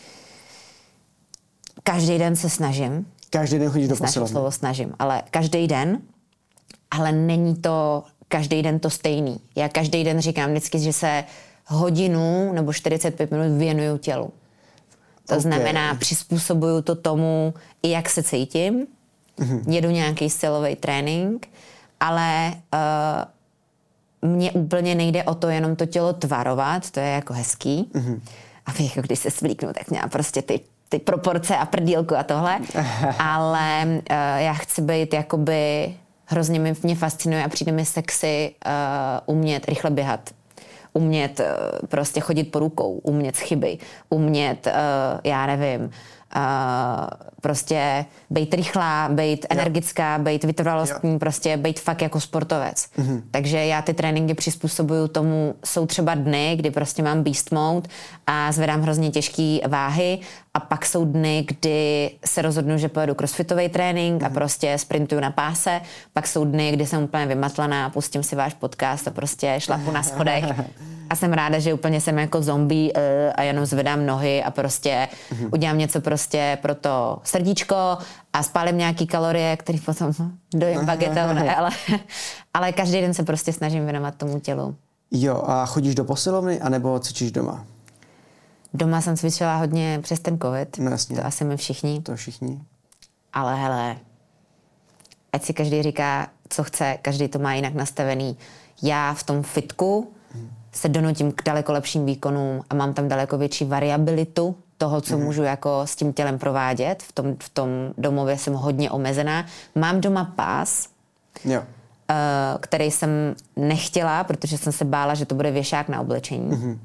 Každý den se snažím. Každý den chodíš do posilovny? Slovo snažím, ale každý den, ale není to každý den to stejný. Já každý den říkám vždycky, že se hodinu nebo 45 minut věnuju tělu. To znamená, přizpůsobuju to tomu, i jak se cítím, jedu nějaký silový trénink, ale mně úplně nejde o to jenom to tělo tvarovat, to je jako hezký. A jako když se svlíknu, tak měla prostě ty proporce a prdílku a tohle. Ale já chci být jakoby, hrozně mě fascinuje a přijde mi sexy umět rychle běhat. Umět prostě chodit po rukou, umět z chyby, umět, já nevím, prostě být rychlá, být energická, být vytrvalostní, prostě být fakt jako sportovec. Takže já ty tréninky přizpůsobuju tomu, jsou třeba dny, kdy prostě mám beast mode a zvedám hrozně těžké váhy a pak jsou dny, kdy se rozhodnu, že pojedu crossfitový trénink a prostě sprintuju na páse, pak jsou dny, kdy jsem úplně vymatlaná, pustím si váš podcast a prostě šlapu na schodech. A jsem ráda, že úplně jsem jako zombie a jenom zvedám nohy a prostě udělám něco prostě pro to srdíčko a spálím nějaký kalorie, který potom dojím bagetou, ale každý den se prostě snažím věnovat tomu tělu. Jo, a chodíš do posilovny anebo cvičíš doma? Doma jsem cvičila hodně přes ten covid, no, jasně. To asi my všichni. To všichni. Ale hele, ať si každý říká, co chce, každý to má jinak nastavený. Já v tom fitku se donutím k daleko lepším výkonům a mám tam daleko větší variabilitu toho, co můžu jako s tím tělem provádět. V tom domově jsem hodně omezená. Mám doma pás, který jsem nechtěla, protože jsem se bála, že to bude věšák na oblečení.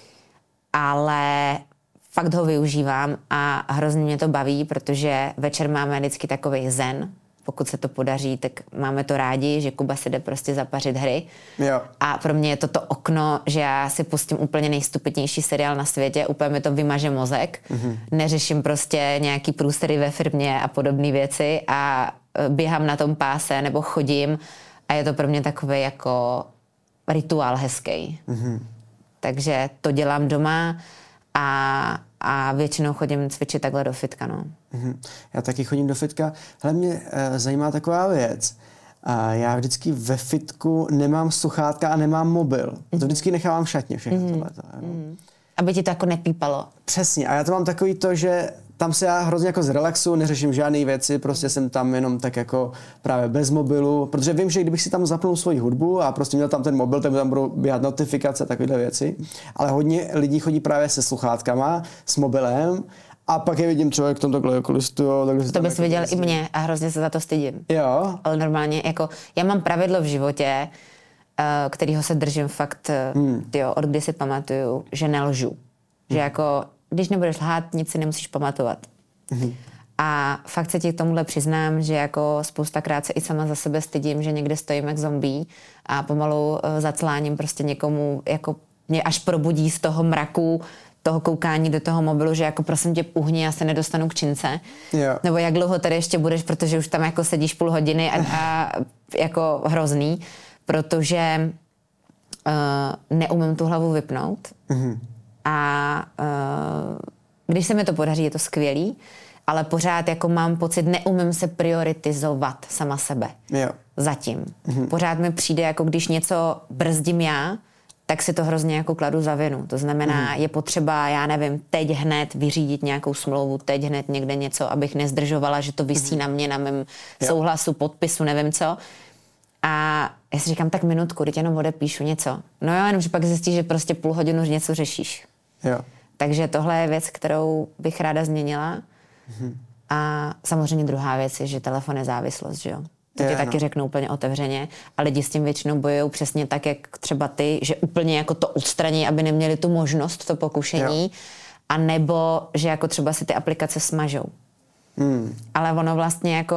Ale fakt ho využívám a hrozně mě to baví, protože večer máme vždycky takovej zen. Pokud se to podaří, tak máme to rádi, že Kuba si jde prostě zapařit hry. Jo. A pro mě je to okno, že já si pustím úplně nejstupidnější seriál na světě, úplně mi to vymaže mozek. Neřeším prostě nějaký průsery ve firmě a podobné věci a běhám na tom páse nebo chodím a je to pro mě takový jako rituál hezký. Takže to dělám doma a většinou chodím cvičit takhle do fitka, no. Já taky chodím do fitka. Hele, mě zajímá taková věc. Já vždycky ve fitku nemám sluchátka a nemám mobil. To vždycky nechávám v šatně všechno tohleto. Aby ti to jako nepípalo. Přesně. A já to mám takový to, že tam se já hrozně jako zrelaxuju, neřeším žádné věci, prostě jsem tam jenom tak jako právě bez mobilu, protože vím, že kdybych si tam zapnul svoji hudbu a prostě měl tam ten mobil, tak mi tam budou běhat notifikace a takovéhle věci. Ale hodně lidí chodí právě se sluchátkama, s mobilem a pak je vidím člověk tom takhle jako listujou. To bys viděl i mě a hrozně se za to stydím. Jo. Ale normálně, jako já mám pravidlo v životě, kterýho se držím fakt, od kdy si pamatuju, že nelžu. Že jako když nebudeš lhát, nic si nemusíš pamatovat. A fakt se ti k tomuhle přiznám, že jako spoustakrát se i sama za sebe stydím, že někde stojím jak zombie a pomalu zacláním prostě někomu, jako mě až probudí z toho mraku, toho koukání do toho mobilu, že jako prosím tě uhni, já se nedostanu k čince. Jo. Nebo jak dlouho tady ještě budeš, protože už tam jako sedíš půl hodiny a jako hrozný, protože neumím tu hlavu vypnout. A když se mi to podaří, je to skvělý, ale pořád jako mám pocit, neumím se prioritizovat sama sebe. Jo. Zatím. Pořád mi přijde, jako když něco brzdím já, tak si to hrozně jako kladu za vinu. To znamená, je potřeba, já nevím, teď hned vyřídit nějakou smlouvu, teď hned někde něco, abych nezdržovala, že to visí na mě, na mém souhlasu, podpisu, nevím co. A já si říkám, tak minutku, teď jenom odepíšu něco. No jo, jenomže pak zjistíš, že prostě půl hodinu něco řešíš. Jo. Takže tohle je věc, kterou bych ráda změnila. A samozřejmě druhá věc je, že telefon je závislost, že jo. To ti taky řeknu úplně otevřeně. A lidi s tím většinou bojují přesně tak, jak třeba ty, že úplně jako to odstraní, aby neměli tu možnost, to pokušení. Jo. A nebo, že jako třeba si ty aplikace smažou. Ale ono vlastně jako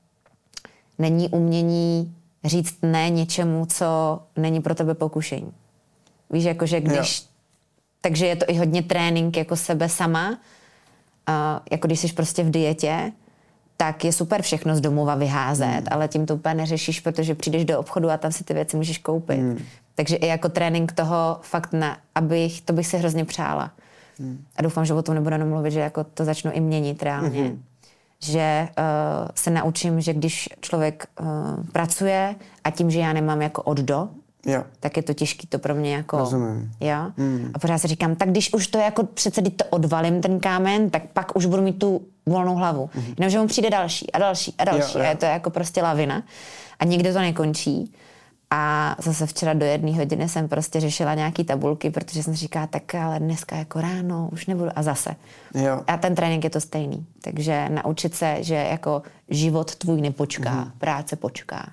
není umění říct ne něčemu, co není pro tebe pokušení. Víš, jakože když... Takže je to i hodně trénink jako sebe sama. Jako když jsi prostě v dietě, tak je super všechno z domova vyházet, ale tím to úplně neřešíš, protože přijdeš do obchodu a tam si ty věci můžeš koupit. Takže i jako trénink toho fakt, to bych si hrozně přála. A doufám, že o tom nebudu jenom mluvit, že jako to začnu i měnit reálně. Že se naučím, že když člověk pracuje a tím, že já nemám jako od do, tak je to těžký to pro mě jako... Rozumím. Jo? A pořád si říkám, tak když už to jako přece to odvalím ten kámen, tak pak už budu mít tu volnou hlavu. Jenomže mu přijde další a další a další. A je to jako prostě lavina. A nikdy to nekončí. A zase včera do 1 hodiny jsem prostě řešila nějaký tabulky, protože jsem říkala, tak ale dneska jako ráno už nebudu. A zase. Jo. A ten trénink je to stejný. Takže naučit se, že jako život tvůj nepočká, práce počká.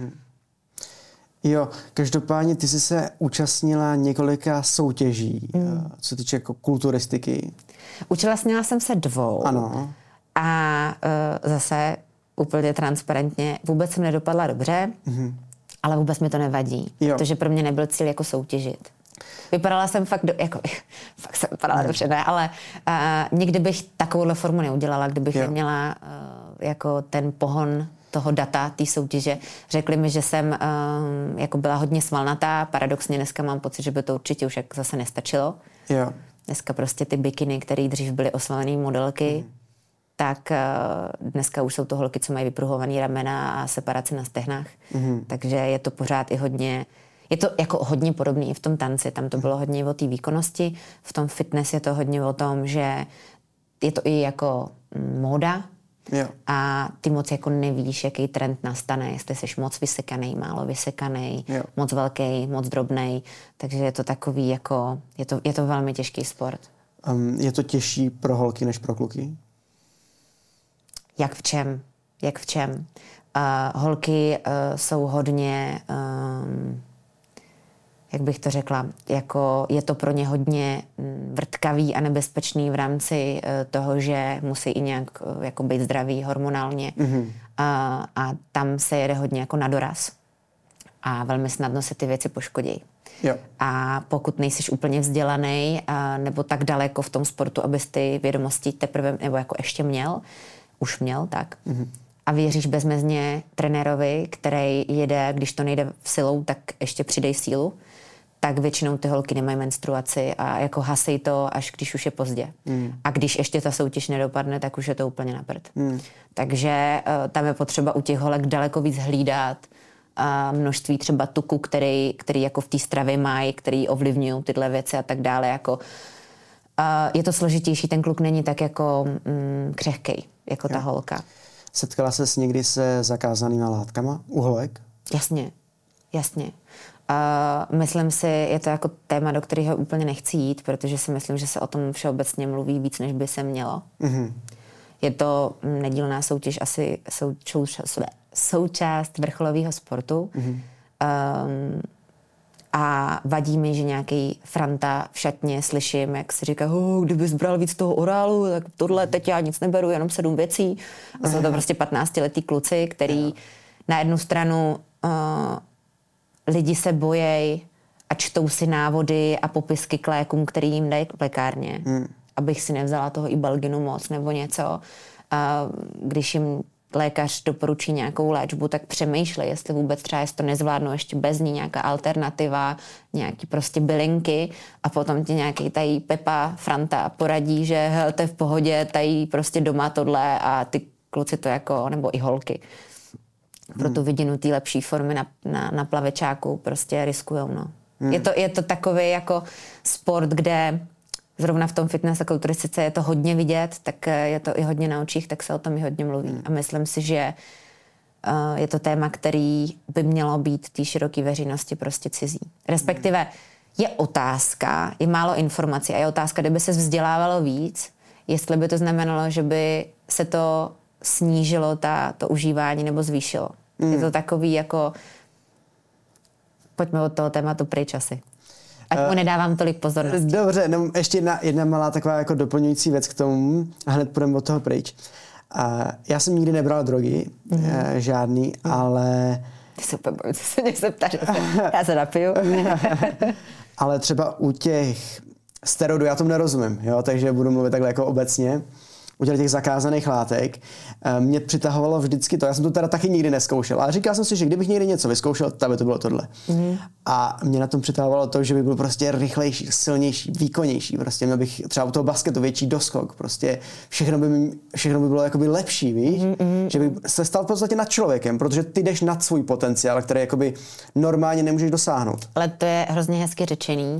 Jo, každopádně ty jsi se účastnila několika soutěží, co týče jako kulturistiky. Účastnila jsem se 2. Ano. A zase úplně transparentně vůbec jsem nedopadla dobře, ale vůbec mi to nevadí, protože pro mě nebyl cíl jako soutěžit. Vypadala jsem fakt, fakt jsem vypadala dobře, ne, ale nikdy bych takovouhle formu neudělala, kdybych neměla jako ten pohon toho data, té soutěže. Řekli mi, že jsem jako byla hodně svalnatá, paradoxně dneska mám pocit, že by to určitě už jak zase nestačilo. Jo. Dneska prostě ty bikiny, které dřív byly osvalené modelky, tak dneska už jsou to holky, co mají vypruhovaný ramena a separace na stehnách. Takže je to pořád i hodně, je to jako hodně podobný i v tom tanci. Tam to bylo hodně o té výkonnosti. V tom fitness je to hodně o tom, že je to i jako móda, Jo. A ty moc jako nevíš, jaký trend nastane, jestli jsi moc vysekaný, málo vysekaný, moc velký, moc drobnej, takže je to takový jako, je to velmi těžký sport. Je to těžší pro holky než pro kluky? Jak v čem? Holky jsou hodně, jak bych to řekla, jako je to pro ně hodně vrtkavý a nebezpečný v rámci toho, že musí i nějak jako být zdraví hormonálně. A tam se jede hodně jako na doraz. A velmi snadno se ty věci poškodí. Jo. A pokud nejsiš úplně vzdělaný nebo tak daleko v tom sportu, abys ty vědomosti teprve, nebo jako ještě už měl, tak. A věříš bezmezně trenérovi, který jede, když to nejde v silou, tak ještě přidej sílu, tak většinou ty holky nemají menstruaci a jako hasej to, až když už je pozdě. A když ještě ta soutěž nedopadne, tak už je to úplně na prd. Takže tam je potřeba u těch holek daleko víc hlídat množství třeba tuku, který jako v té stravě mají, který ovlivňují tyhle věci a tak dále. Jako, je to složitější, ten kluk není tak jako křehkej, jako ta holka. Setkala ses někdy se zakázanýma látkama u holek? Jasně. Myslím si, je to jako téma, do kterého úplně nechci jít, protože si myslím, že se o tom všeobecně mluví víc, než by se mělo. Je to nedílná soutěž, asi součást vrcholového sportu. A vadí mi, že nějaký Franta v šatně slyším, jak si říká, kdybys bral víc toho orálu, tak tohle teď já nic neberu, jenom 7 věcí. A jsou to prostě 15letí kluci, který na jednu stranu lidi se bojejí a čtou si návody a popisky k lékům, který jim dají v lékárně. Abych si nevzala toho Ibalginu moc nebo něco. Když jim lékař doporučí nějakou léčbu, tak přemýšlej, jestli vůbec třeba jestli to nezvládnou ještě bez ní, nějaká alternativa, nějaký prostě bylinky a potom ti nějaký tady Pepa Franta poradí, že hele, to je v pohodě, tady prostě doma tohle a ty kluci to jako, nebo i holky pro tu vidinu té lepší formy na plavečáku prostě riskujou, no. Je to takový jako sport, kde zrovna v tom fitness a kulturistice je to hodně vidět, tak je to i hodně na očích, tak se o tom i hodně mluví. A myslím si, že je to téma, který by mělo být té široké veřejnosti prostě cizí. Respektive je otázka, je málo informací a je otázka, kdyby se vzdělávalo víc, jestli by to znamenalo, že by se to snížilo to užívání nebo zvýšilo. Je to takový jako pojďme od toho tématu pryč asi. Ať mu nedávám tolik pozornosti. Dobře, no, ještě jedna malá taková jako doplňující věc k tomu a hned půjdeme od toho pryč. Já jsem nikdy nebral drogy, žádný, ale... Ty se úplně bavím, co se něco ptáš, já se napiju. Ale třeba u těch steroidů, já tomu nerozumím, jo, takže budu mluvit takhle jako obecně. U těch zakázaných látek mě přitahovalo vždycky to. Já jsem to teda taky nikdy neskoušel, ale říkal jsem si, že kdybych někdy něco vyzkoušel, tak by to bylo tohle. A mě na tom přitahovalo to, že by byl prostě rychlejší, silnější, výkonnější. Prostě měl bych třeba u toho basketu větší doskok. Prostě všechno by bylo jakoby lepší, víš? Že by se stal v podstatě nad člověkem, protože ty jdeš nad svůj potenciál, který jakoby normálně nemůžeš dosáhnout. Ale to je hrozně hezky řečený.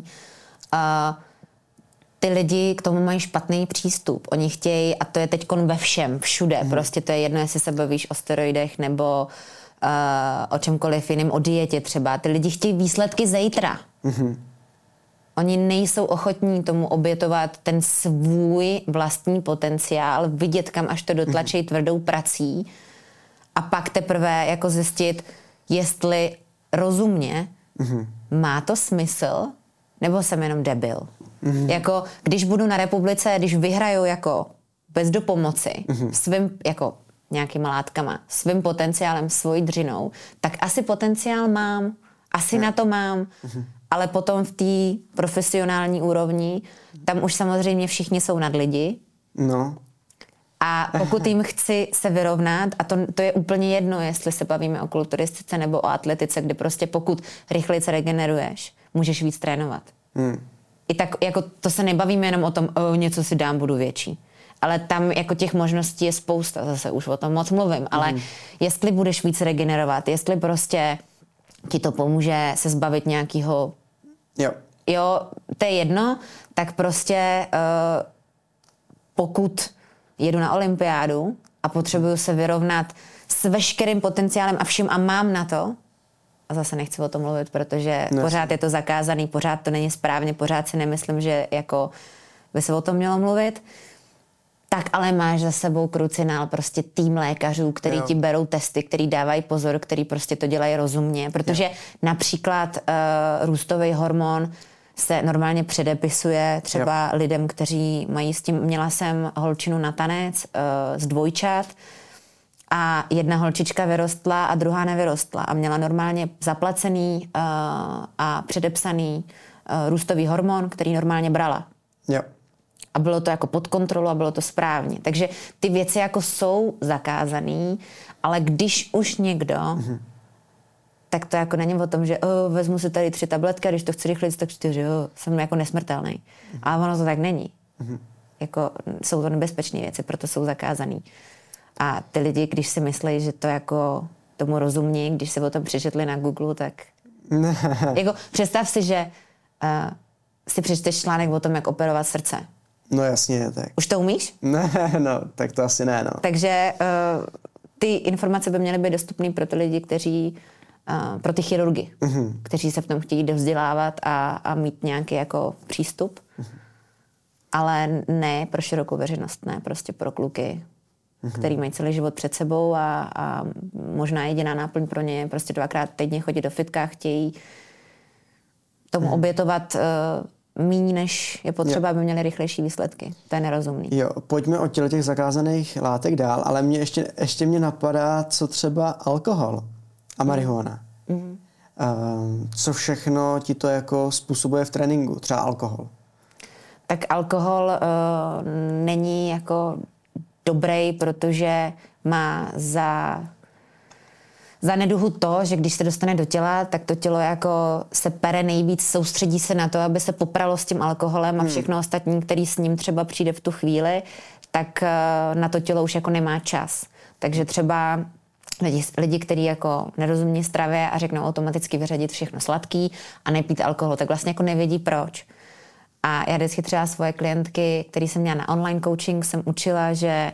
Ty lidi k tomu mají špatný přístup. Oni chtějí, a to je teďkon ve všem, všude. Prostě to je jedno, jestli se bavíš o steroidech nebo o čemkoliv jiném, o dietě třeba. Ty lidi chtějí výsledky zítra. Oni nejsou ochotní tomu obětovat ten svůj vlastní potenciál, vidět, kam až to dotlačí tvrdou prací a pak teprve jako zjistit, jestli rozumně má to smysl, nebo jsem jenom debil. Jako, když budu na republice, když vyhraju jako bez dopomoci, svým jako nějakýma látkama, svým potenciálem, svojí dřinou, tak asi potenciál mám, asi na to mám, ale potom v té profesionální úrovni, tam už samozřejmě všichni jsou nad lidi. No. A pokud jim chci se vyrovnat, a to je úplně jedno, jestli se bavíme o kulturistice nebo o atletice, kde prostě pokud rychleji se regeneruješ, můžeš víc trénovat. I tak jako to se nebavíme jenom o tom, něco si dám, budu větší. Ale tam jako těch možností je spousta, zase už o tom moc mluvím, ale jestli budeš víc regenerovat, jestli prostě ti to pomůže se zbavit nějakého... Jo, to je jedno, tak prostě pokud jedu na olympiádu a potřebuju se vyrovnat s veškerým potenciálem a vším a mám na to, a zase nechci o tom mluvit, protože pořád je to zakázaný, pořád to není správně, pořád si nemyslím, že jako by se o tom mělo mluvit, tak ale máš za sebou krucinál prostě tým lékařů, který ti berou testy, který dávají pozor, který prostě to dělají rozumně, protože například růstový hormon se normálně předepisuje třeba lidem, kteří mají s tím, měla jsem holčinu na tanec z dvojčat a jedna holčička vyrostla a druhá nevyrostla a měla normálně zaplacený a předepsaný růstový hormon, který normálně brala. Jo. A bylo to jako pod kontrolou a bylo to správně. Takže ty věci jako jsou zakázaný, ale když už někdo, tak to jako není o tom, že vezmu si tady 3 tabletky a když to chci rychle, tak 4, jsem jako nesmrtelný. Ale ono to tak není. Jako, jsou to nebezpečné věci, proto jsou zakázaný. A ty lidi, když si myslí, že to jako tomu rozumí, když se o tom přečetli na Google, tak jako představ si, že si přečteš článek o tom, jak operovat srdce. No jasně, tak. Už to umíš? Ne, no, tak to asi ne, no. Takže ty informace by měly být dostupné pro ty lidi, kteří, pro ty chirurgy, kteří se v tom chtějí dovzdělávat a mít nějaký jako přístup. Ale ne pro širokou veřejnost, ne prostě pro kluky, který mají celý život před sebou a možná jediná náplň pro ně je prostě 2krát týdně chodit do fitka, chtějí tomu obětovat míň, než je potřeba, aby měli rychlejší výsledky. To je nerozumný. Jo, pojďme od těch zakázaných látek dál, ale mě ještě mě napadá, co třeba alkohol a marihuana. Co všechno ti to jako způsobuje v tréninku, třeba alkohol? Tak alkohol není jako dobrý, protože má za neduhu to, že když se dostane do těla, tak to tělo jako se pere nejvíc, soustředí se na to, aby se popralo s tím alkoholem a všechno ostatní, který s ním třeba přijde v tu chvíli, tak na to tělo už jako nemá čas. Takže třeba lidi, kteří jako nerozumí stravě a řeknou automaticky vyřadit všechno sladký a nepít alkohol, tak vlastně jako nevědí proč. A já vždycky třeba svoje klientky, který jsem měla na online coaching, jsem učila, že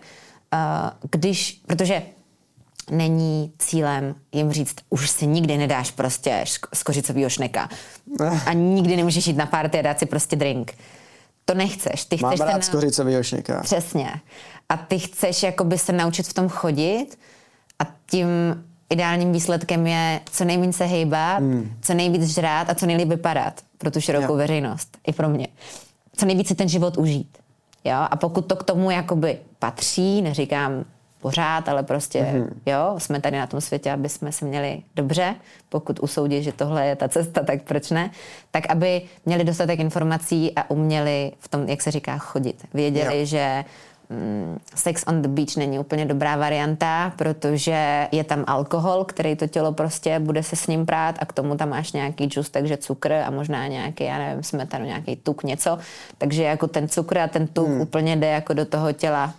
protože není cílem jim říct, už si nikdy nedáš prostě z kořicového šneka a nikdy nemůžeš jít na party a dát si prostě drink. To nechceš. Ty Mám chceš rád z kořicového šneka. Přesně. A ty chceš jakoby se naučit v tom chodit a tím ideálním výsledkem je co nejméně se hejbat, co nejvíc žrát a co nejlíp vypadat pro tu širokou veřejnost. I pro mě. Co nejvíc si ten život užít. Jo? A pokud to k tomu jakoby patří, neříkám pořád, ale prostě jo, jsme tady na tom světě, aby jsme se měli dobře, pokud usoudí, že tohle je ta cesta, tak proč ne? Tak aby měli dostatek informací a uměli v tom, jak se říká, chodit. Věděli, že sex on the beach není úplně dobrá varianta, protože je tam alkohol, který to tělo prostě bude se s ním prát a k tomu tam máš nějaký džus, takže cukr a možná nějaký, já nevím, smetanu, nějaký tuk, něco. Takže jako ten cukr a ten tuk úplně jde jako do toho těla.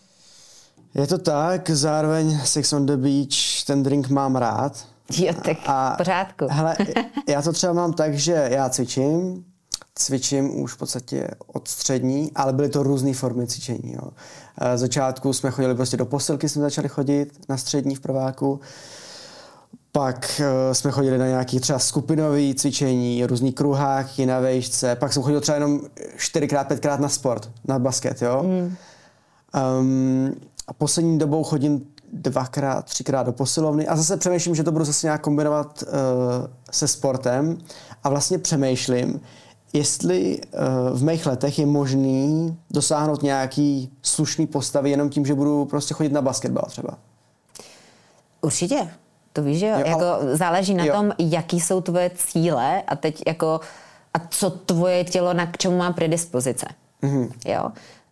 Je to tak, zároveň Sex on the Beach, ten drink mám rád. Jo, tak v pořádku. Hele, já to třeba mám tak, že já cvičím už v podstatě od střední, ale byly to různé formy cvičení. Jo. Z začátku jsme chodili prostě do posilky, jsme začali chodit na střední v prváku. Pak jsme chodili na nějaké třeba skupinové cvičení, různý kruháky na vejšce. Pak jsem chodil třeba jenom 4x, 5x na sport, na basket, jo. A poslední dobou chodím 2x, 3x do posilovny a zase přemýšlím, že to budu zase nějak kombinovat se sportem a vlastně přemýšlím, jestli v mých letech je možný dosáhnout nějaký slušný postavy jenom tím, že budu prostě chodit na basketbal třeba. Určitě. To víš, že jo? Jako záleží na tom, jaký jsou tvoje cíle a teď jako a co tvoje tělo k čemu má predispozice. Jo?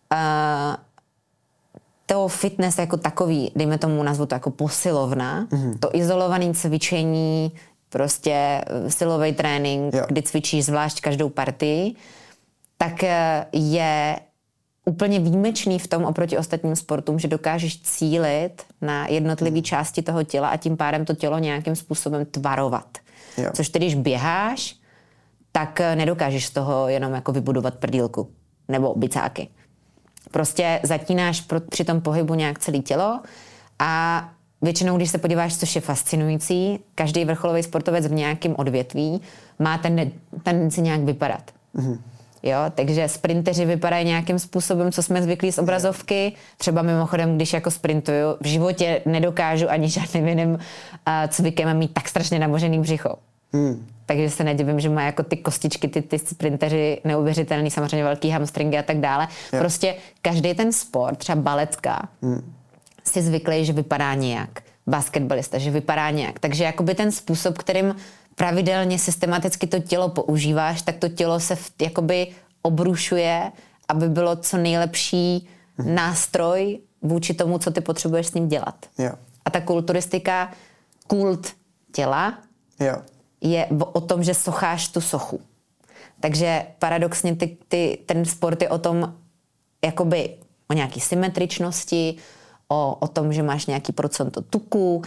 To fitness jako takový, dejme tomu nazvu to jako posilovna, to izolované cvičení, prostě silový trénink, kdy cvičíš zvlášť každou partii, tak je úplně výjimečný v tom oproti ostatním sportům, že dokážeš cílit na jednotlivé části toho těla a tím pádem to tělo nějakým způsobem tvarovat. Což ty, když běháš, tak nedokážeš z toho jenom jako vybudovat prdílku nebo bicáky. Prostě zatínáš při tom pohybu nějak celé tělo a většinou, když se podíváš, což je fascinující, každý vrcholový sportovec v nějakém odvětví má tendenci nějak vypadat. Jo, takže sprinteři vypadají nějakým způsobem, co jsme zvyklí z obrazovky. Třeba mimochodem, když jako sprintuju, v životě nedokážu ani žádným jiným cvikem mít tak strašně namožený břicho. Takže se nedivím, že má jako ty kostičky, ty sprinteři neuvěřitelný, samozřejmě velký hamstringy a tak dále. Prostě každý ten sport, třeba baletka, si zvyklý, že vypadá nějak. Basketbalista, že vypadá nějak. Takže jakoby ten způsob, kterým pravidelně, systematicky to tělo používáš, tak to tělo se jakoby obrušuje, aby bylo co nejlepší nástroj vůči tomu, co ty potřebuješ s ním dělat. Jo. A ta kulturistika, kult těla, je o tom, že socháš tu sochu. Takže paradoxně ten sport je o tom, jakoby o nějaký symetričnosti, o tom, že máš nějaký procento tuku,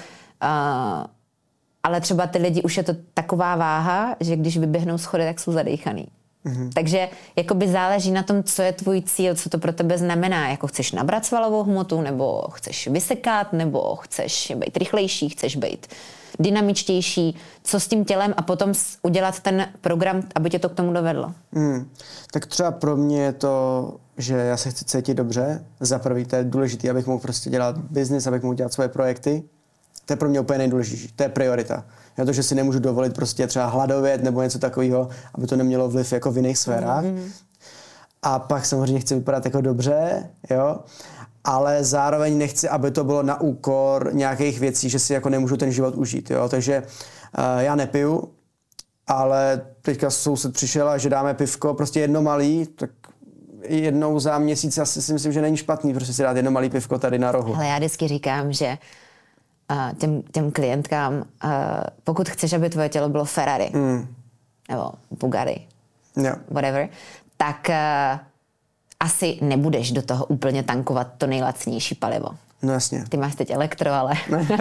ale třeba ty lidi už je to taková váha, že když vyběhnou schody, tak jsou zadejchaný. Takže jakoby záleží na tom, co je tvůj cíl, co to pro tebe znamená. Jako chceš nabrat svalovou hmotu, nebo chceš vysekat, nebo chceš být rychlejší, chceš být dynamičtější, co s tím tělem a potom udělat ten program, aby tě to k tomu dovedlo. Tak třeba pro mě je to, že já se chci cítit dobře. Za prvý to je důležité, abych mohl prostě dělat biznis, abych mohl dělat svoje projekty. To je pro mě úplně nejdůležitější. To je priorita. Já to, že si nemůžu dovolit prostě třeba hladovět nebo něco takového, aby to nemělo vliv jako v jiných sférách. A pak samozřejmě chci vypadat jako dobře, jo. Ale zároveň nechci, aby to bylo na úkor nějakých věcí, že si jako nemůžu ten život užít, jo. Takže já nepiju, ale teďka soused přišel a že dáme pivko, prostě jedno malý, tak jednou za měsíc asi si myslím, že není špatný prostě si dát jedno malý pivko tady na rohu. Ale já vždycky říkám, že těm klientkám, pokud chceš, aby tvoje tělo bylo Ferrari, nebo Bugatti, whatever, tak asi nebudeš do toho úplně tankovat to nejlacnější palivo. No jasně. Ty máš teď elektro, ale...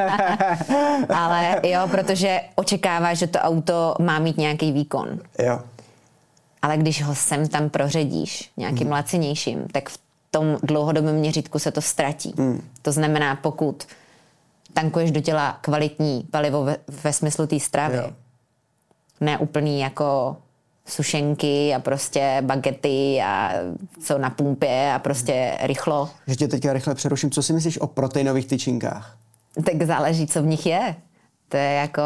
ale jo, protože očekáváš, že to auto má mít nějaký výkon. Jo. Ale když ho sem tam proředíš nějakým lacinějším, tak v tom dlouhodobém měřítku se to ztratí. To znamená, pokud tankuješ do těla kvalitní palivo ve smyslu té stravy, ne úplný jako sušenky a prostě bagety a co na pumpě a prostě rychlo. Že tě teďka rychle přeruším, co si myslíš o proteinových tyčinkách? Tak záleží, co v nich je. To je jako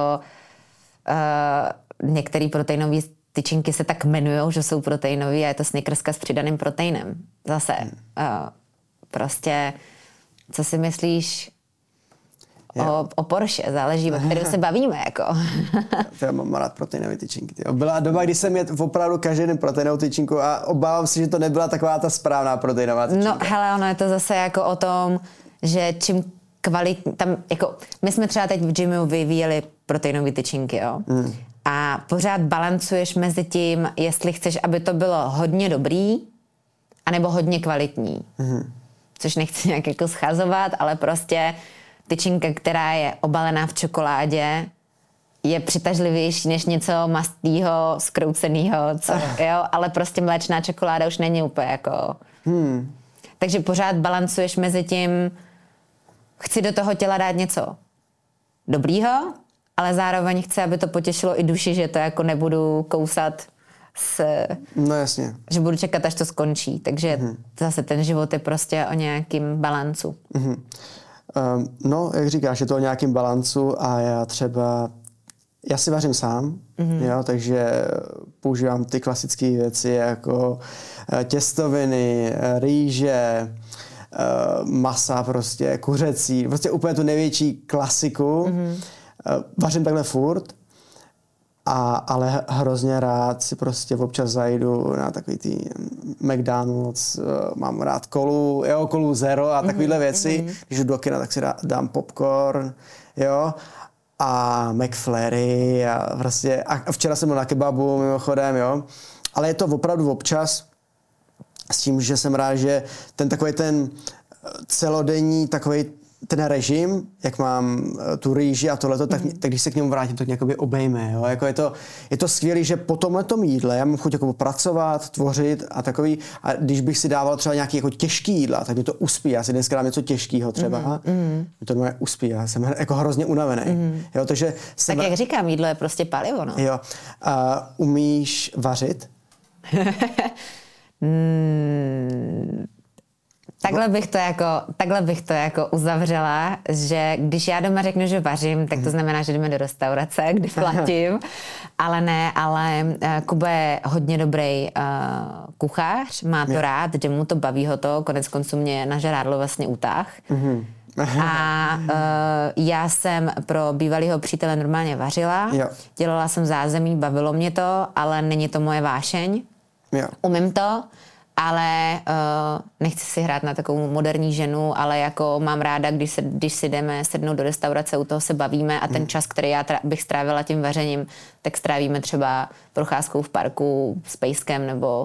některé proteinové tyčinky se tak jmenujou, že jsou proteinové a je to Snickerska s přidaným proteinem. Zase prostě, co si myslíš o Porsche, záleží, o kterém se bavíme. Jako. Já mám rád proteinové tyčinky. Byla doba, kdy jsem jedl opravdu každý den proteinovou tyčinku a obávám se, že to nebyla taková ta správná proteinová tyčinka. No hele, ono je to zase jako o tom, že čím kvalitní, tam jako, my jsme třeba teď v gymu vyvíjeli proteinové tyčinky, jo. A pořád balancuješ mezi tím, jestli chceš, aby to bylo hodně dobrý, anebo hodně kvalitní. Což nechci nějak jako schazovat, ale prostě tyčinka, která je obalená v čokoládě, je přitažlivější než něco mastného, zkrouceného, jo, ale prostě mléčná čokoláda už není úplně jako... Takže pořád balancuješ mezi tím, chci do toho těla dát něco dobrýho, ale zároveň chci, aby to potěšilo i duši, že to jako nebudu kousat no jasně. Že budu čekat, až to skončí. Takže zase ten život je prostě o nějakým balancu. No, jak říkáš, je to o nějakým balancu a já si vařím sám, jo, takže používám ty klasické věci jako těstoviny, rýže, masa prostě, kuřecí, prostě úplně tu největší klasiku. Vařím takhle furt, ale hrozně rád si prostě občas zajdu na takový ty McDonald's, mám rád kolu zero a takovýhle věci. Když jdu do kina, tak si dám popcorn, jo, a McFlurry a prostě, a včera jsem byl na kebabu mimochodem, jo, ale je to opravdu občas s tím, že jsem rád, že ten takový ten celodenní takový ten režim, jak mám tu rýži a tohleto, tak když se k němu vrátím, tak mě jakoby obejme. Jo? Jako je to skvělé, že po tomhletom jídle já mám chuť jako pracovat, tvořit a takový. A když bych si dával třeba nějaký jako těžký jídla, tak mě to uspí. Já si dneska dám něco těžkého třeba. Mě to mě uspí. Já jsem jako hrozně unavený. Jo? Takže tak jak říkám, jídlo je prostě palivo. No. Jo. A umíš vařit? Takhle bych to jako uzavřela, že když já doma řeknu, že vařím, tak to znamená, že jdeme do restaurace, kde platím, ale Kuba je hodně dobrý kuchař, má to rád, že mu to baví ho to, konec konců mě na žrádlo vlastně utáh. A já jsem pro bývalýho přítele normálně vařila, dělala jsem zázemí, bavilo mě to, ale není to moje vášeň. Umím to, ale nechci si hrát na takovou moderní ženu, ale jako mám ráda, když si jdeme sednout do restaurace, u toho se bavíme a ten čas, který já bych strávila tím vařením, tak strávíme třeba procházkou v parku s pejskem nebo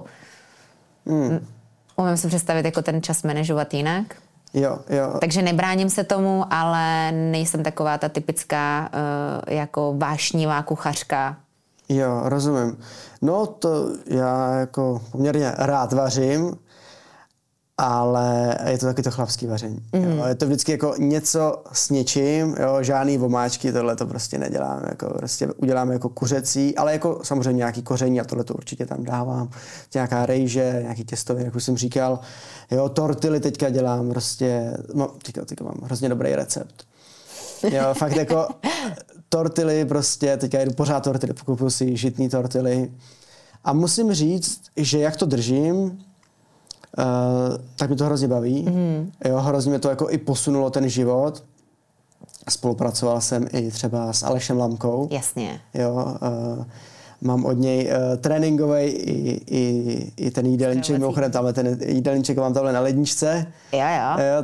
umím si představit jako ten čas manažovat jinak. Jo. Takže nebráním se tomu, ale nejsem taková ta typická jako vášnivá kuchařka. Jo, rozumím. No to já jako poměrně rád vařím, ale je to taky to chlapský vaření. Jo. Je to vždycky jako něco s něčím, jo, žádný vomáčky, tohle to prostě neděláme. Jako prostě uděláme jako kuřecí, ale jako samozřejmě nějaký koření a tohle to určitě tam dávám. Nějaká rejže, nějaký těstoviny, jak už jsem říkal. Jo, tortily teďka dělám prostě, no teďka mám hrozně dobrý recept. Jo, fakt jako tortily prostě, teďka jedu pořád tortily, kupuju si žitný tortily. A musím říct, že jak to držím, tak mi to hrozně baví. Jo, hrozně mě to jako i posunulo ten život. Spolupracoval jsem i třeba s Alešem Lamkou. Jasně. Jo, mám od něj tréninkový i ten jídelníček, mimochodem tamhle ten jídelníček mám tamhle na ledničce. Jo,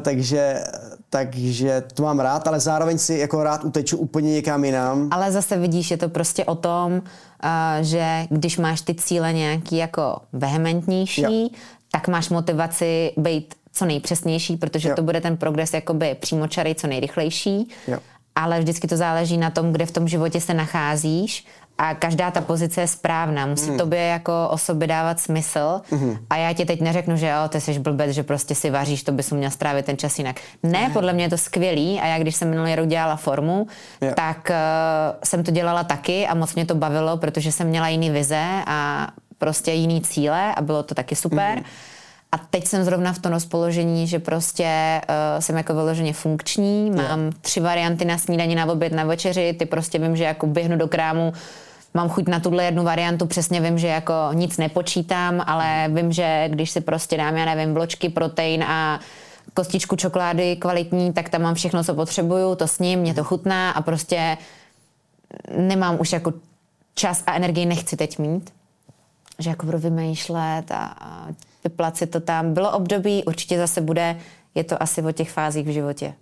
takže to mám rád, ale zároveň si jako rád uteču úplně někam jinam. Ale zase vidíš, je to prostě o tom, že když máš ty cíle nějaký jako vehementnější, tak máš motivaci být co nejpřesnější, protože to bude ten progres jakoby přímočarý, co nejrychlejší. Ale vždycky to záleží na tom, kde v tom životě se nacházíš a každá ta pozice je správná. Musí tobě jako osobě dávat smysl a já ti teď neřeknu, že jo, ty jsi blbec, že prostě si vaříš, to bys měl strávit ten čas jinak. Ne, podle mě je to skvělý a já když jsem minulý rok dělala formu, tak jsem to dělala taky a moc mě to bavilo, protože jsem měla jiný vize a prostě jiný cíle a bylo to taky super. A teď jsem zrovna v tom rozpoložení, že prostě jsem jako vyloženě funkční, mám 3 varianty na snídani, na oběd, na večeři, ty prostě vím, že jako běhnu do krámu, mám chuť na tuhle jednu variantu, přesně vím, že jako nic nepočítám, ale vím, že když si prostě dám, já nevím, vločky, protein a kostičku čokolády kvalitní, tak tam mám všechno, co potřebuju, to sním, mě to chutná a prostě nemám už jako čas a energii nechci teď mít, že jako budu vymýšlet a vyplat si to tam. Bylo období, určitě zase bude, je to asi o těch fázích v životě.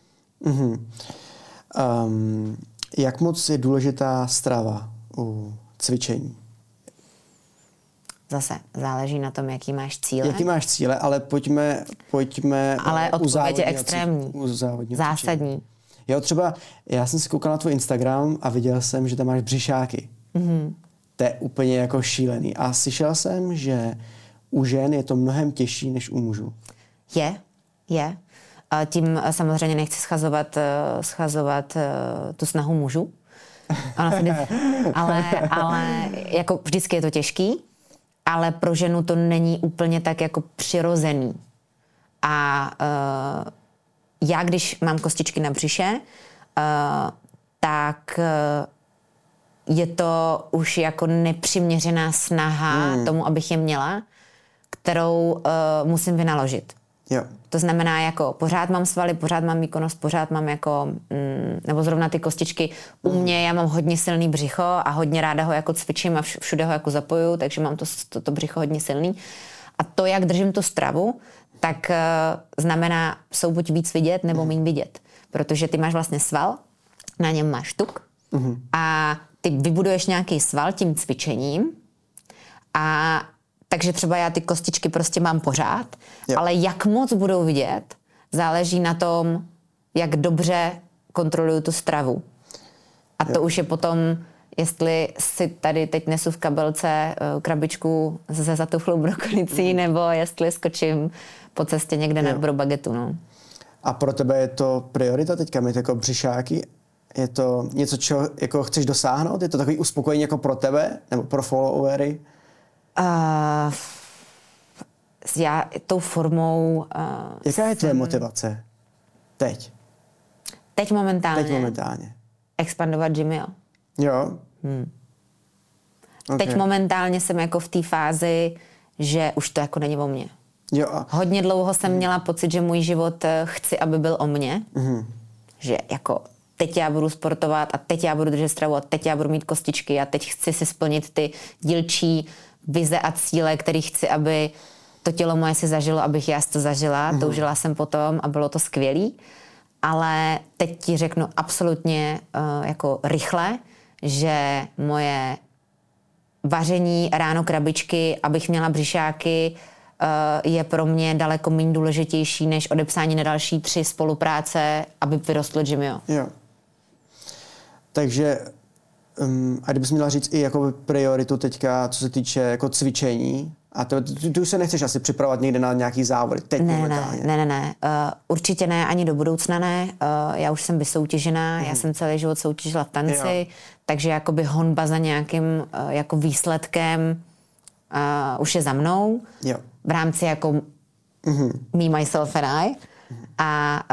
Jak moc je důležitá strava u cvičení? Zase záleží na tom, jaký máš cíle. Jaký máš cíle, ale pojďme ale odpověď je extrémní. Zásadní. Jo, třeba já jsem si koukal na tvůj Instagram a viděl jsem, že tam máš břišáky. To je úplně jako šílený. A slyšel jsem, že u žen je to mnohem těžší než u mužů. Je. Tím samozřejmě nechci schazovat tu snahu mužů. Ale jako vždycky je to těžký, ale pro ženu to není úplně tak jako přirozený. A já, když mám kostičky na břiše, tak je to už jako nepřiměřená snaha tomu, abych je měla, kterou musím vynaložit. Jo. To znamená, jako pořád mám svaly, pořád mám výkonnost, pořád mám jako, nebo zrovna ty kostičky. U mě já mám hodně silný břicho a hodně ráda ho jako cvičím a všude ho jako zapoju, takže mám to břicho hodně silný. A to, jak držím tu stravu, tak znamená, jsou buď víc vidět, nebo méně vidět. Protože ty máš vlastně sval, na něm máš tuk a ty vybuduješ nějaký sval tím cvičením a takže třeba já ty kostičky prostě mám pořád, ale jak moc budou vidět, záleží na tom, jak dobře kontroluju tu stravu. A to už je potom, jestli si tady teď nesu v kabelce krabičku se zatuflou brokolicí, nebo jestli skočím po cestě někde na dobrou bagetu. No. A pro tebe je to priorita teďka mít jako břišáky? Je to něco, čeho jako chceš dosáhnout? Je to takový uspokojení jako pro tebe? Nebo pro followery? Já tou formou... Jaká je tvoje motivace teď? Teď momentálně. Expandovat Jimmy. Jo? Okay. Teď momentálně jsem jako v té fázi, že už to jako není o mně. Jo. Hodně dlouho jsem měla pocit, že můj život chci, aby byl o mně. Že jako teď já budu sportovat a teď já budu držet stravu a teď já budu mít kostičky a teď chci si splnit ty dílčí vize a cíle, které chci, aby to tělo moje si zažilo, abych já si to zažila. Toužila jsem potom a bylo to skvělý. Ale teď ti řeknu absolutně jako rychle, že moje vaření ráno krabičky, abych měla břišáky, je pro mě daleko méně důležitější než odepsání na další 3 spolupráce, aby vyrostlo Jimmy. Jo. Takže a kdybys měla říct i jako prioritu teďka, co se týče jako cvičení, a ty už se nechceš asi připravovat někde na nějaký závod teď momentálně. Ne. Určitě ne, ani do budoucna ne. Já už jsem vysoutěžená, já jsem celý život soutěžila v tanci, takže jakoby honba za nějakým jako výsledkem už je za mnou. Jo. V rámci jako me, myself and I. A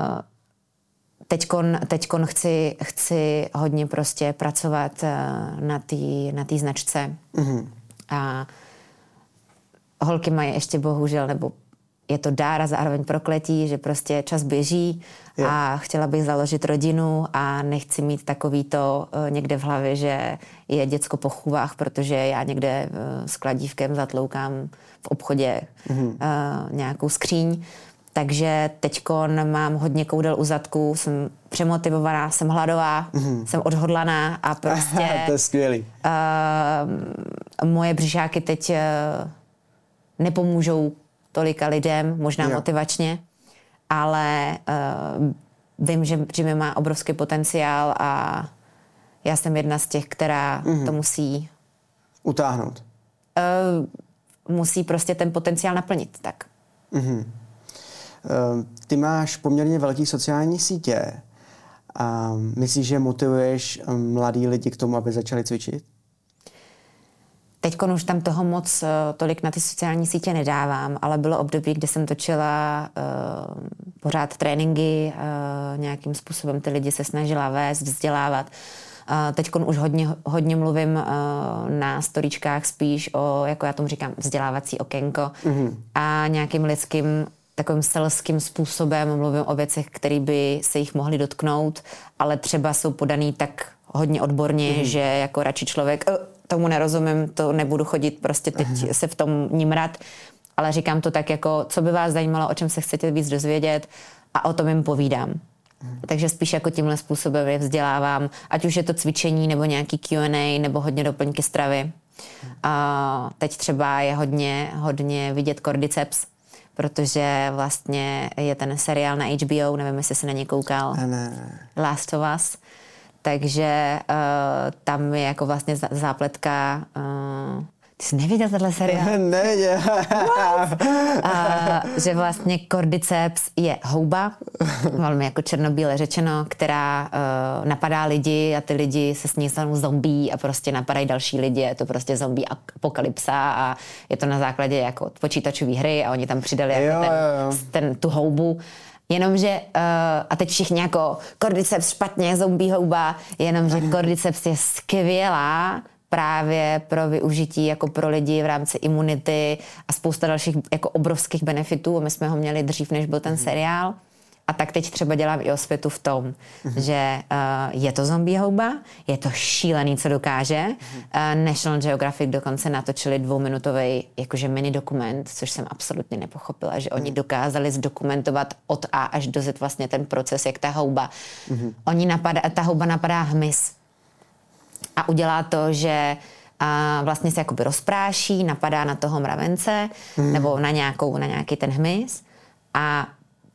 teďkon chci hodně prostě pracovat na té značce. A holky mají ještě bohužel, nebo je to dár a zároveň prokletí, že prostě čas běží a chtěla bych založit rodinu a nechci mít takový to někde v hlavě, že je děcko po chůvách, protože já někde s kladívkem zatloukám v obchodě nějakou skříň. Takže teďkon mám hodně koudel u zadku, jsem přemotivovaná, jsem hladová, jsem odhodlaná a prostě... To je skvělý. Moje břišáky teď nepomůžou tolika lidem, možná motivačně, ale vím, že Jimmy má obrovský potenciál a já jsem jedna z těch, která to musí... Utáhnout. Musí prostě ten potenciál naplnit, tak. Ty máš poměrně velký sociální sítě. Myslíš, že motivuješ mladý lidi k tomu, aby začali cvičit? Teďkon už tam toho moc tolik na ty sociální sítě nedávám, ale bylo období, kdy jsem točila pořád tréninky, nějakým způsobem ty lidi se snažila vést, vzdělávat. Teďkon už hodně mluvím na storíčkách spíš o, jako já tomu říkám, vzdělávací okénko a nějakým lidským takovým selským způsobem mluvím o věcech, které by se jich mohly dotknout, ale třeba jsou podaný tak hodně odborně, že jako radši člověk, tomu nerozumím, to nebudu chodit prostě teď se v tom nímrat, ale říkám to tak jako, co by vás zajímalo, o čem se chcete víc dozvědět a o tom jim povídám. Takže spíš jako tímhle způsobem je vzdělávám, ať už je to cvičení nebo nějaký Q&A nebo hodně doplňky stravy. Teď třeba je hodně vidět Cordyceps, protože vlastně je ten seriál na HBO, nevím, jestli jsi na něj koukal. Ne. Last of Us. Takže tam je jako vlastně zápletka. Ty jsi neviděl tenhle seriál? Neviděl. Že vlastně Cordyceps je houba, velmi jako černobíle řečeno, která napadá lidi a ty lidi se s ní stanou zombie a prostě napadají další lidi. Je to prostě zombie apokalypsa a je to na základě jako počítačové hry a oni tam přidali jako tu houbu. Jenomže, a teď všichni jako Cordyceps špatně, zombie houba, jenomže Cordyceps je skvělá právě pro využití jako pro lidi v rámci imunity a spousta dalších jako obrovských benefitů. My jsme ho měli dřív, než byl ten seriál. A tak teď třeba dělám i osvětu v tom, že je to zombie houba, je to šílený, co dokáže. National Geographic dokonce natočili 2minutový jakože mini dokument, což jsem absolutně nepochopila, že oni dokázali zdokumentovat od A až do Z vlastně ten proces, jak ta houba. Ta houba napadá hmyz a udělá to, že vlastně se jakoby rozpráší, napadá na toho mravence nebo na nějaký ten hmyz a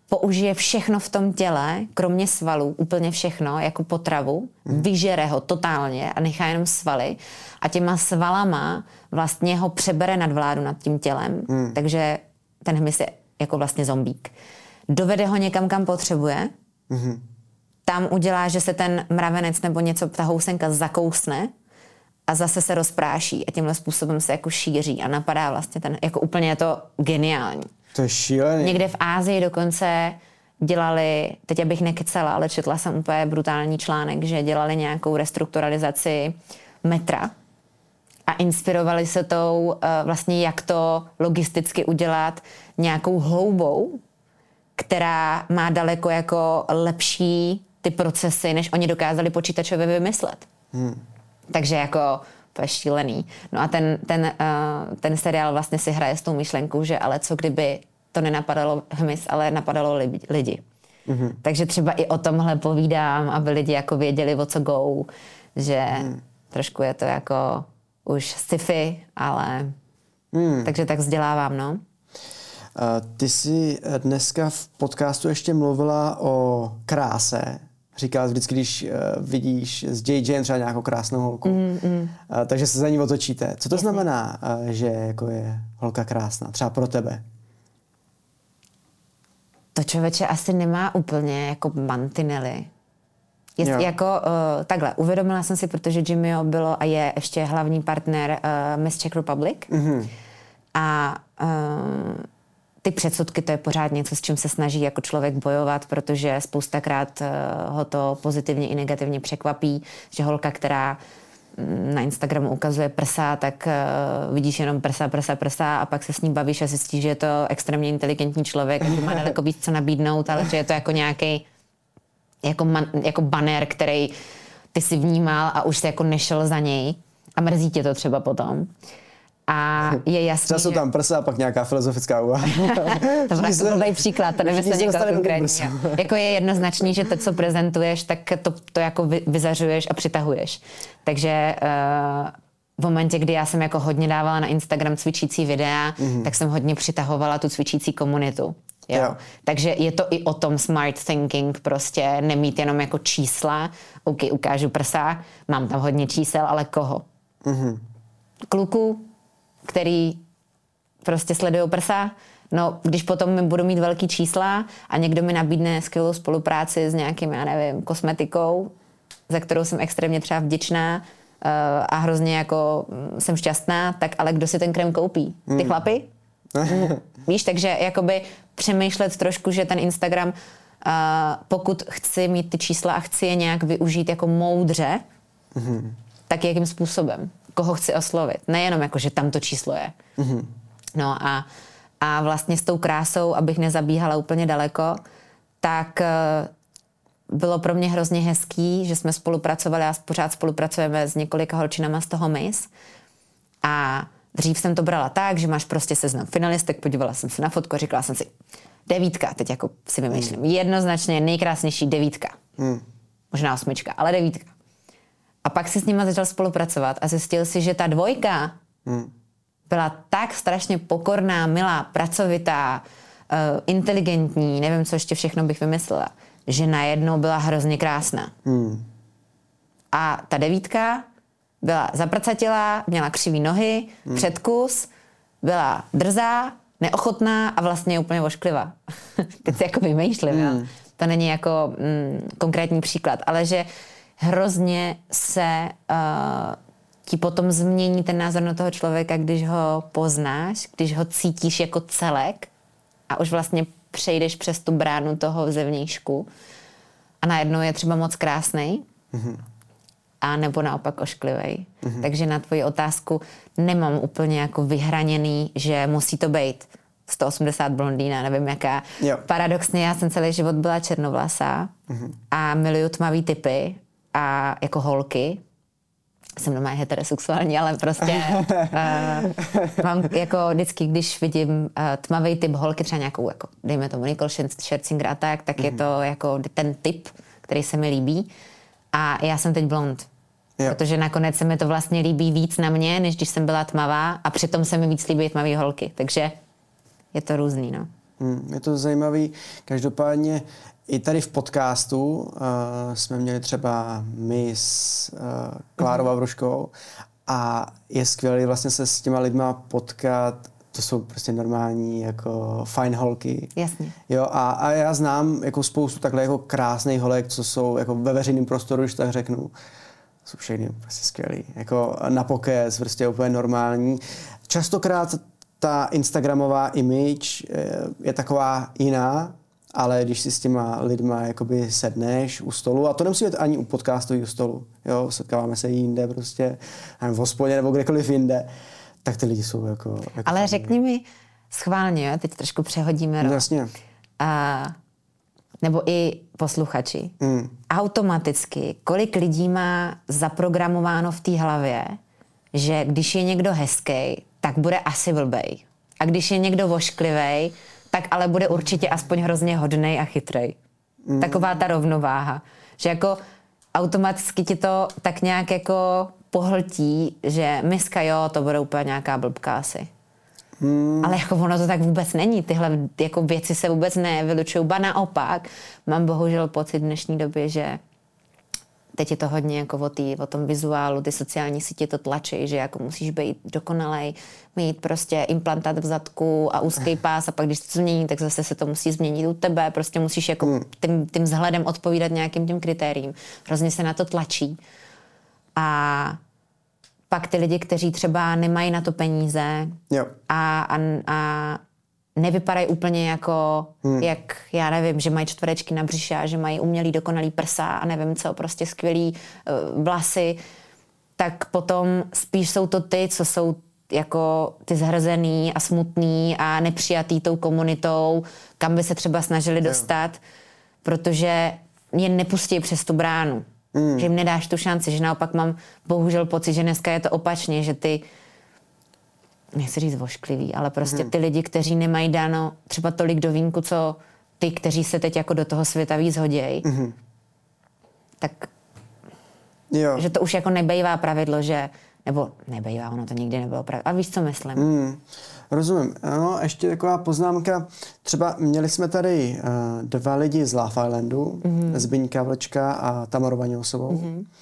použije všechno v tom těle, kromě svalů, úplně všechno, jako potravu, vyžere ho totálně a nechá jenom svaly a těma svalama vlastně ho přebere nadvládu nad tím tělem, takže ten hmyz je jako vlastně zombík. Dovede ho někam, kam potřebuje, tam udělá, že se ten mravenec nebo něco, ta housenka zakousne a zase se rozpráší a tímhle způsobem se jako šíří a napadá vlastně ten, jako úplně je to geniální. To je šílený. Někde v Ázii dokonce dělali, teď abych nekecala, ale četla jsem úplně brutální článek, že dělali nějakou restrukturalizaci metra a inspirovali se tou vlastně, jak to logisticky udělat nějakou houbou, která má daleko jako lepší ty procesy, než oni dokázali počítačově vymyslet. Takže jako to je šílený. No a ten seriál vlastně si hraje s tou myšlenkou, že ale co kdyby to nenapadalo hmyz, ale napadalo lidi. Takže třeba i o tomhle povídám, aby lidi jako věděli, o co go, že trošku je to jako už sci-fi, ale takže tak vzdělávám, no. Ty jsi dneska v podcastu ještě mluvila o kráse. Říkala vždycky, když vidíš s JJ třeba nějakou krásnou holku, takže se za ní otočíte. Co to znamená, že jako je holka krásná? Třeba pro tebe? To člověče asi nemá úplně jako mantinely. Jako takhle, uvědomila jsem si, protože Jimmyho bylo a je ještě hlavní partner Miss Czech Republic. A ty předsudky, to je pořád něco, s čím se snaží jako člověk bojovat, protože spoustakrát ho to pozitivně i negativně překvapí, že holka, která na Instagramu ukazuje prsa, tak vidíš jenom prsa a pak se s ní bavíš a zjistíš, že je to extrémně inteligentní člověk, že má daleko víc co nabídnout, ale že je to jako nějaký jako banner, který ty si vnímal a už se jako nešel za něj a mrzí tě to třeba potom. A je jasný, třeba jsou tam prsa a pak nějaká filozofická úvaha. To byl takový příklad, to nemyslím někoho konkrétně. Jako je jednoznačný, že to, co prezentuješ, tak to jako vyzařuješ a přitahuješ. Takže v momentě, kdy já jsem jako hodně dávala na Instagram cvičící videa, tak jsem hodně přitahovala tu cvičící komunitu. Jo. Takže je to i o tom smart thinking, prostě nemít jenom jako čísla, OK, ukážu prsa, mám tam hodně čísel, ale koho? Kluků, který prostě sledují prsa, no když potom mi budu mít velký čísla a někdo mi nabídne skvělou spolupráci s nějakým, já nevím, kosmetikou, za kterou jsem extrémně třeba vděčná a hrozně jako jsem šťastná, tak ale kdo si ten krém koupí? Ty chlapi? Víš, takže jakoby přemýšlet trošku, že ten Instagram, pokud chci mít ty čísla a chci je nějak využít jako moudře, tak jakým způsobem? Koho chci oslovit? Nejenom jako, že tam to číslo je. No a vlastně s tou krásou, abych nezabíhala úplně daleko, tak bylo pro mě hrozně hezký, že jsme spolupracovali a pořád spolupracujeme s několika holčinama z toho Miss. A dřív jsem to brala tak, že máš prostě seznam finalistek, podívala jsem se na fotku a říkala jsem si, 9, teď jako si vymýšlím, jednoznačně nejkrásnější 9. Možná 8, ale 9. A pak si s nima začal spolupracovat a zjistil si, že ta 2 byla tak strašně pokorná, milá, pracovitá, inteligentní, nevím, co ještě všechno bych vymyslela, že najednou byla hrozně krásná. A ta 9 byla zaprcatělá, měla křivý nohy, předkus, byla drzá, neochotná a vlastně úplně ošklivá. Teď si jako vymýšlím, jo. To není jako konkrétní příklad, ale že hrozně se ti potom změní ten názor na toho člověka, když ho poznáš, když ho cítíš jako celek a už vlastně přejdeš přes tu bránu toho zevnějšku a najednou je třeba moc krásnej a nebo naopak ošklivej. Takže na tvoji otázku nemám úplně jako vyhraněný, že musí to být 180 blondýna, nevím jaká. Jo. Paradoxně já jsem celý život byla černovlasá a miluju tmavý typy a jako holky. Jsem doma heterosexuální, ale prostě mám jako vždycky, když vidím tmavý typ holky, třeba nějakou, jako, dejme tomu Nicole Scherzinger a tak je to jako ten typ, který se mi líbí. A já jsem teď blond. Jo. Protože nakonec se mi to vlastně líbí víc na mě, než když jsem byla tmavá a přitom se mi víc líbí tmavý holky. Takže je to různý, no. Je to zajímavý. Každopádně i tady v podcastu jsme měli třeba my s Klárou Vavruškou a je skvělý vlastně se s těma lidma potkat. To jsou prostě normální jako fajn holky. Jasně. Jo, a já znám jako spoustu takhle jako krásných holek, co jsou jako ve veřejném prostoru, když tak řeknu. Jsou všechny prostě skvělý. Jako na pokec, prostě úplně normální. Častokrát ta instagramová image je taková jiná, ale když si s těma lidma jakoby sedneš u stolu, a to nemusí být ani u podcastového stolu, jo, setkáváme se jinde prostě, v hospodě nebo kdekoliv jinde, tak ty lidi jsou jako ale řekni mi schválně, jo, teď trošku přehodíme. Jasně. Nebo i posluchači. Automaticky, kolik lidí má zaprogramováno v té hlavě, že když je někdo hezký, tak bude asi blbej. A když je někdo vošklivej, tak ale bude určitě aspoň hrozně hodnej a chytrej. Taková ta rovnováha. Že jako automaticky ti to tak nějak jako pohltí, že miska jo, to bude úplně nějaká blbka asi. Ale jako ono to tak vůbec není. Tyhle jako věci se vůbec nevylučují. Ba naopak, mám bohužel pocit v dnešní době, že teď je to hodně jako o tom vizuálu, ty sociální sítě to tlačí, že jako musíš být dokonalej, mít prostě implantát v zadku a úzký pás a pak když to změní, tak zase se to musí změnit u tebe, prostě musíš jako tím vzhledem odpovídat nějakým tím kritériím. Hrozně se na to tlačí. A pak ty lidi, kteří třeba nemají na to peníze a nevypadají úplně jako, jak, já nevím, že mají čtverečky na břiše a že mají umělý dokonalý prsa a nevím co, prostě skvělý vlasy, tak potom spíš jsou to ty, co jsou jako ty zhrzený a smutný a nepřijatý tou komunitou, kam by se třeba snažili dostat, protože je nepustí přes tu bránu. Že jim nedáš tu šanci, že naopak mám bohužel pocit, že dneska je to opačně, že ty, nechci říct vošklivý, ale prostě ty lidi, kteří nemají dáno třeba tolik do vínku, co ty, kteří se teď jako do toho světa víc hodějí, tak že to už jako nebejvá pravidlo, že nebo nebejvá, ono to nikdy nebylo pravidlo. A víš, co myslím? Rozumím. No, ještě taková poznámka. Třeba měli jsme tady 2 lidi z Love Islandu, Zbyňka Vlčka a Tamaru Vaňousovou.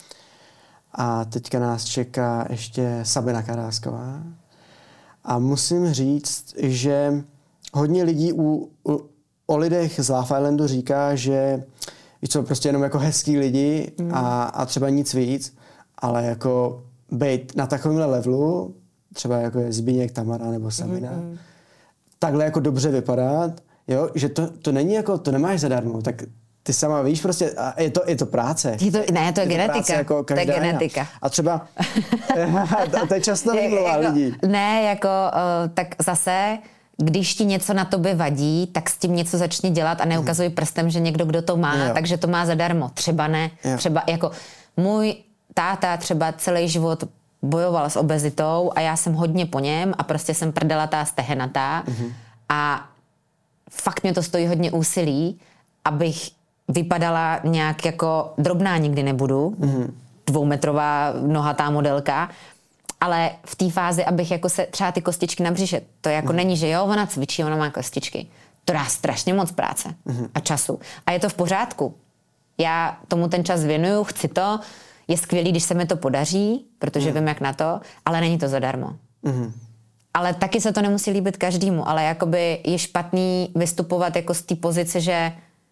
A teďka nás čeká ještě Sabina Karásková. A musím říct, že hodně lidí o lidech z Love Islandu říká, že jsou prostě jenom jako hezký lidi a třeba nic víc, ale jako být na takovémhle levelu, třeba jako je Zbyněk, Tamara nebo Sabina, takhle jako dobře vypadat, jo, že to není jako, to nemáš zadarmo, tak ty sama víš prostě, a je to práce. To je genetika. Práce jako to je genetika. Jiná. A třeba, to je často výmluva lidí. Ne, jako, tak zase, když ti něco na tobě vadí, tak s tím něco začni dělat a neukazuj prstem, že někdo, kdo to má, takže to má zadarmo. Třeba ne. Třeba jako můj táta třeba celý život bojoval s obezitou a já jsem hodně po něm a prostě jsem prdelatá, stehenatá a fakt mě to stojí hodně úsilí, abych vypadala nějak jako drobná nikdy nebudu, 2metrová nohatá modelka, ale v té fázi, abych jako se třeba ty kostičky na břiše, to jako není, že jo, ona cvičí, ona má kostičky. To dá strašně moc práce a času. A je to v pořádku. Já tomu ten čas věnuju, chci to, je skvělý, když se mi to podaří, protože vím, jak na to, ale není to zadarmo. Ale taky se to nemusí líbit každému, ale jakoby je špatný vystupovat jako z té pozice, že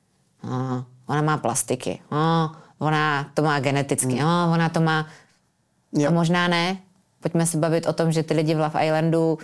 ona má plastiky, ona to má geneticky, ona to má... A možná ne. Pojďme se bavit o tom, že ty lidi v Love Islandu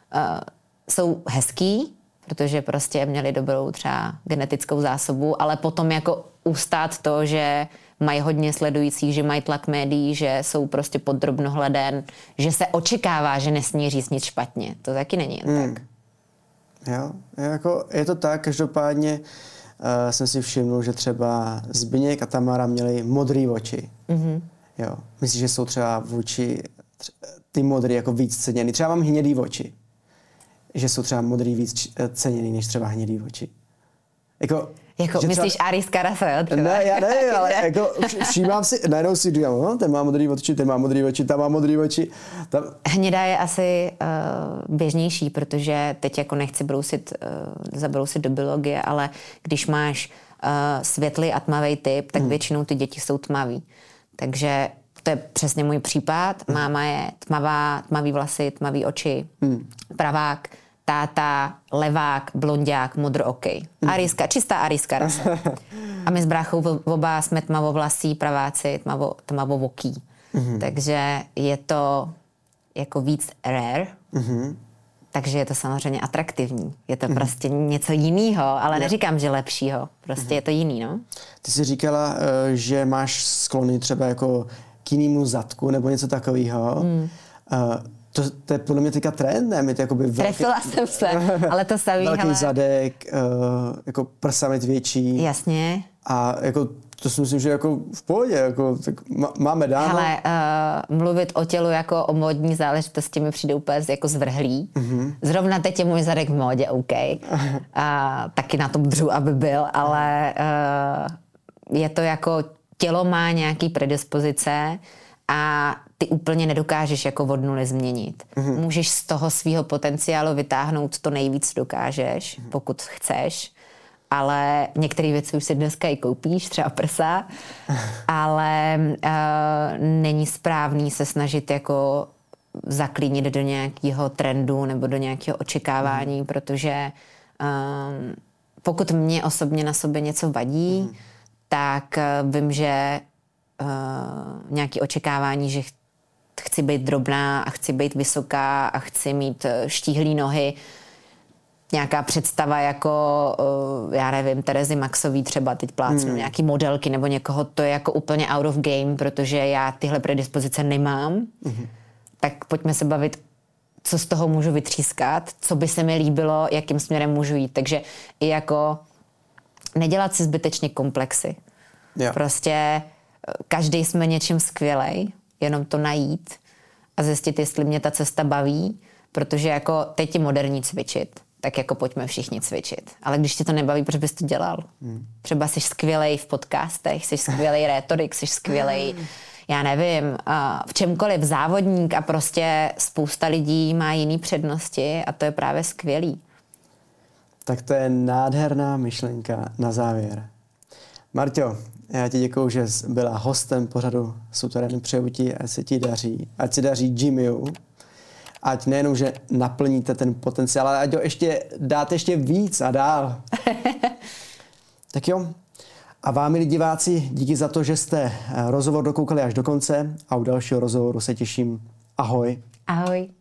jsou hezký, protože prostě měli dobrou třeba genetickou zásobu, ale potom jako ustát to, že mají hodně sledujících, že mají tlak médií, že jsou prostě pod drobnohledem, že se očekává, že nesmí říct nic špatně. To taky není jen tak. Jo, jako je to tak, každopádně jsem si všiml, že třeba Zbyněk a Tamara měli modrý oči. Jo. Myslíš, že jsou třeba vůči ty modrý jako víc ceněný? Třeba mám hnědý oči. Že jsou třeba modrý víc ceněný než třeba hnědý oči. Jako myslíš Ariska Rasa, jo? Třeba? Ne, já nevím, ale jako všímám si, najednou si říkám, no, ten má modrý oči, ten má modrý oči, tam má modrý oči. Tam... Hnědá je asi běžnější, protože teď jako nechci zabrousit do biologie, ale když máš světlý a tmavý typ, tak většinou ty děti jsou tmavý. Takže to je přesně můj případ. Máma je tmavý vlasy, tmavý oči, pravák, táta, levák, blonďák, modrookej. Ariska, čistá Ariska rasa. A my s bráchou oba jsme tmavovlasí, praváci, tmavovoký. Takže je to jako víc rare, takže je to samozřejmě atraktivní. Je to prostě něco jiného, ale neříkám, že lepšího. Prostě je to jiný, no. Ty jsi říkala, že máš sklony třeba jako k jinému zadku nebo něco takového. To je podle mě teďka trend, ne? Mít jakoby Trefila jsem se, ale to samý, velký zadek, jako prsa mít větší. Jasně. A jako to si myslím, že jako v pohodě, jako, tak máme dáno. Hele, mluvit o tělu jako o módní záležitosti mi přijde úplně jako zvrhlý. Zrovna teď je můj zadek v módě, OK. Taky na tom dřu, aby byl, ale je to jako tělo má nějaký predispozice a ty úplně nedokážeš jako od nuly změnit. Můžeš z toho svého potenciálu vytáhnout to nejvíc dokážeš, pokud chceš, ale některé věci už si dneska i koupíš, třeba prsa, ale není správný se snažit jako zaklínit do nějakého trendu nebo do nějakého očekávání, protože pokud mě osobně na sobě něco vadí, tak vím, že nějaké očekávání, že chci být drobná a chci být vysoká a chci mít štíhlý nohy, nějaká představa jako, já nevím, Terezy Maxový třeba teď plácnu, nějaký modelky nebo někoho, to je jako úplně out of game, protože já tyhle predispozice nemám. Tak pojďme se bavit, co z toho můžu vytřískat, co by se mi líbilo, jakým směrem můžu jít. Takže i jako nedělat si zbytečně komplexy. Jo. Prostě každý jsme něčím skvělej, jenom to najít a zjistit, jestli mě ta cesta baví, protože jako teď je moderní cvičit, tak jako pojďme všichni cvičit. Ale když ti to nebaví, proč bys to dělal? Třeba jsi skvělej v podcastech, jsi skvělej rétorik, jsi skvělej, já nevím, v čemkoliv závodník a prostě spousta lidí má jiný přednosti a to je právě skvělý. Tak to je nádherná myšlenka na závěr. Marťo, já ti děkuju, že jsi byla hostem pořadu Suterénny, přeju ti, ať se ti daří, ať se daří Jimmyu, ať nejenom, že naplníte ten potenciál, ale ať ho ještě dáte ještě víc a dál. Tak jo. A vám, milí diváci, díky za to, že jste rozhovor dokoukali až do konce a u dalšího rozhovoru se těším. Ahoj. Ahoj.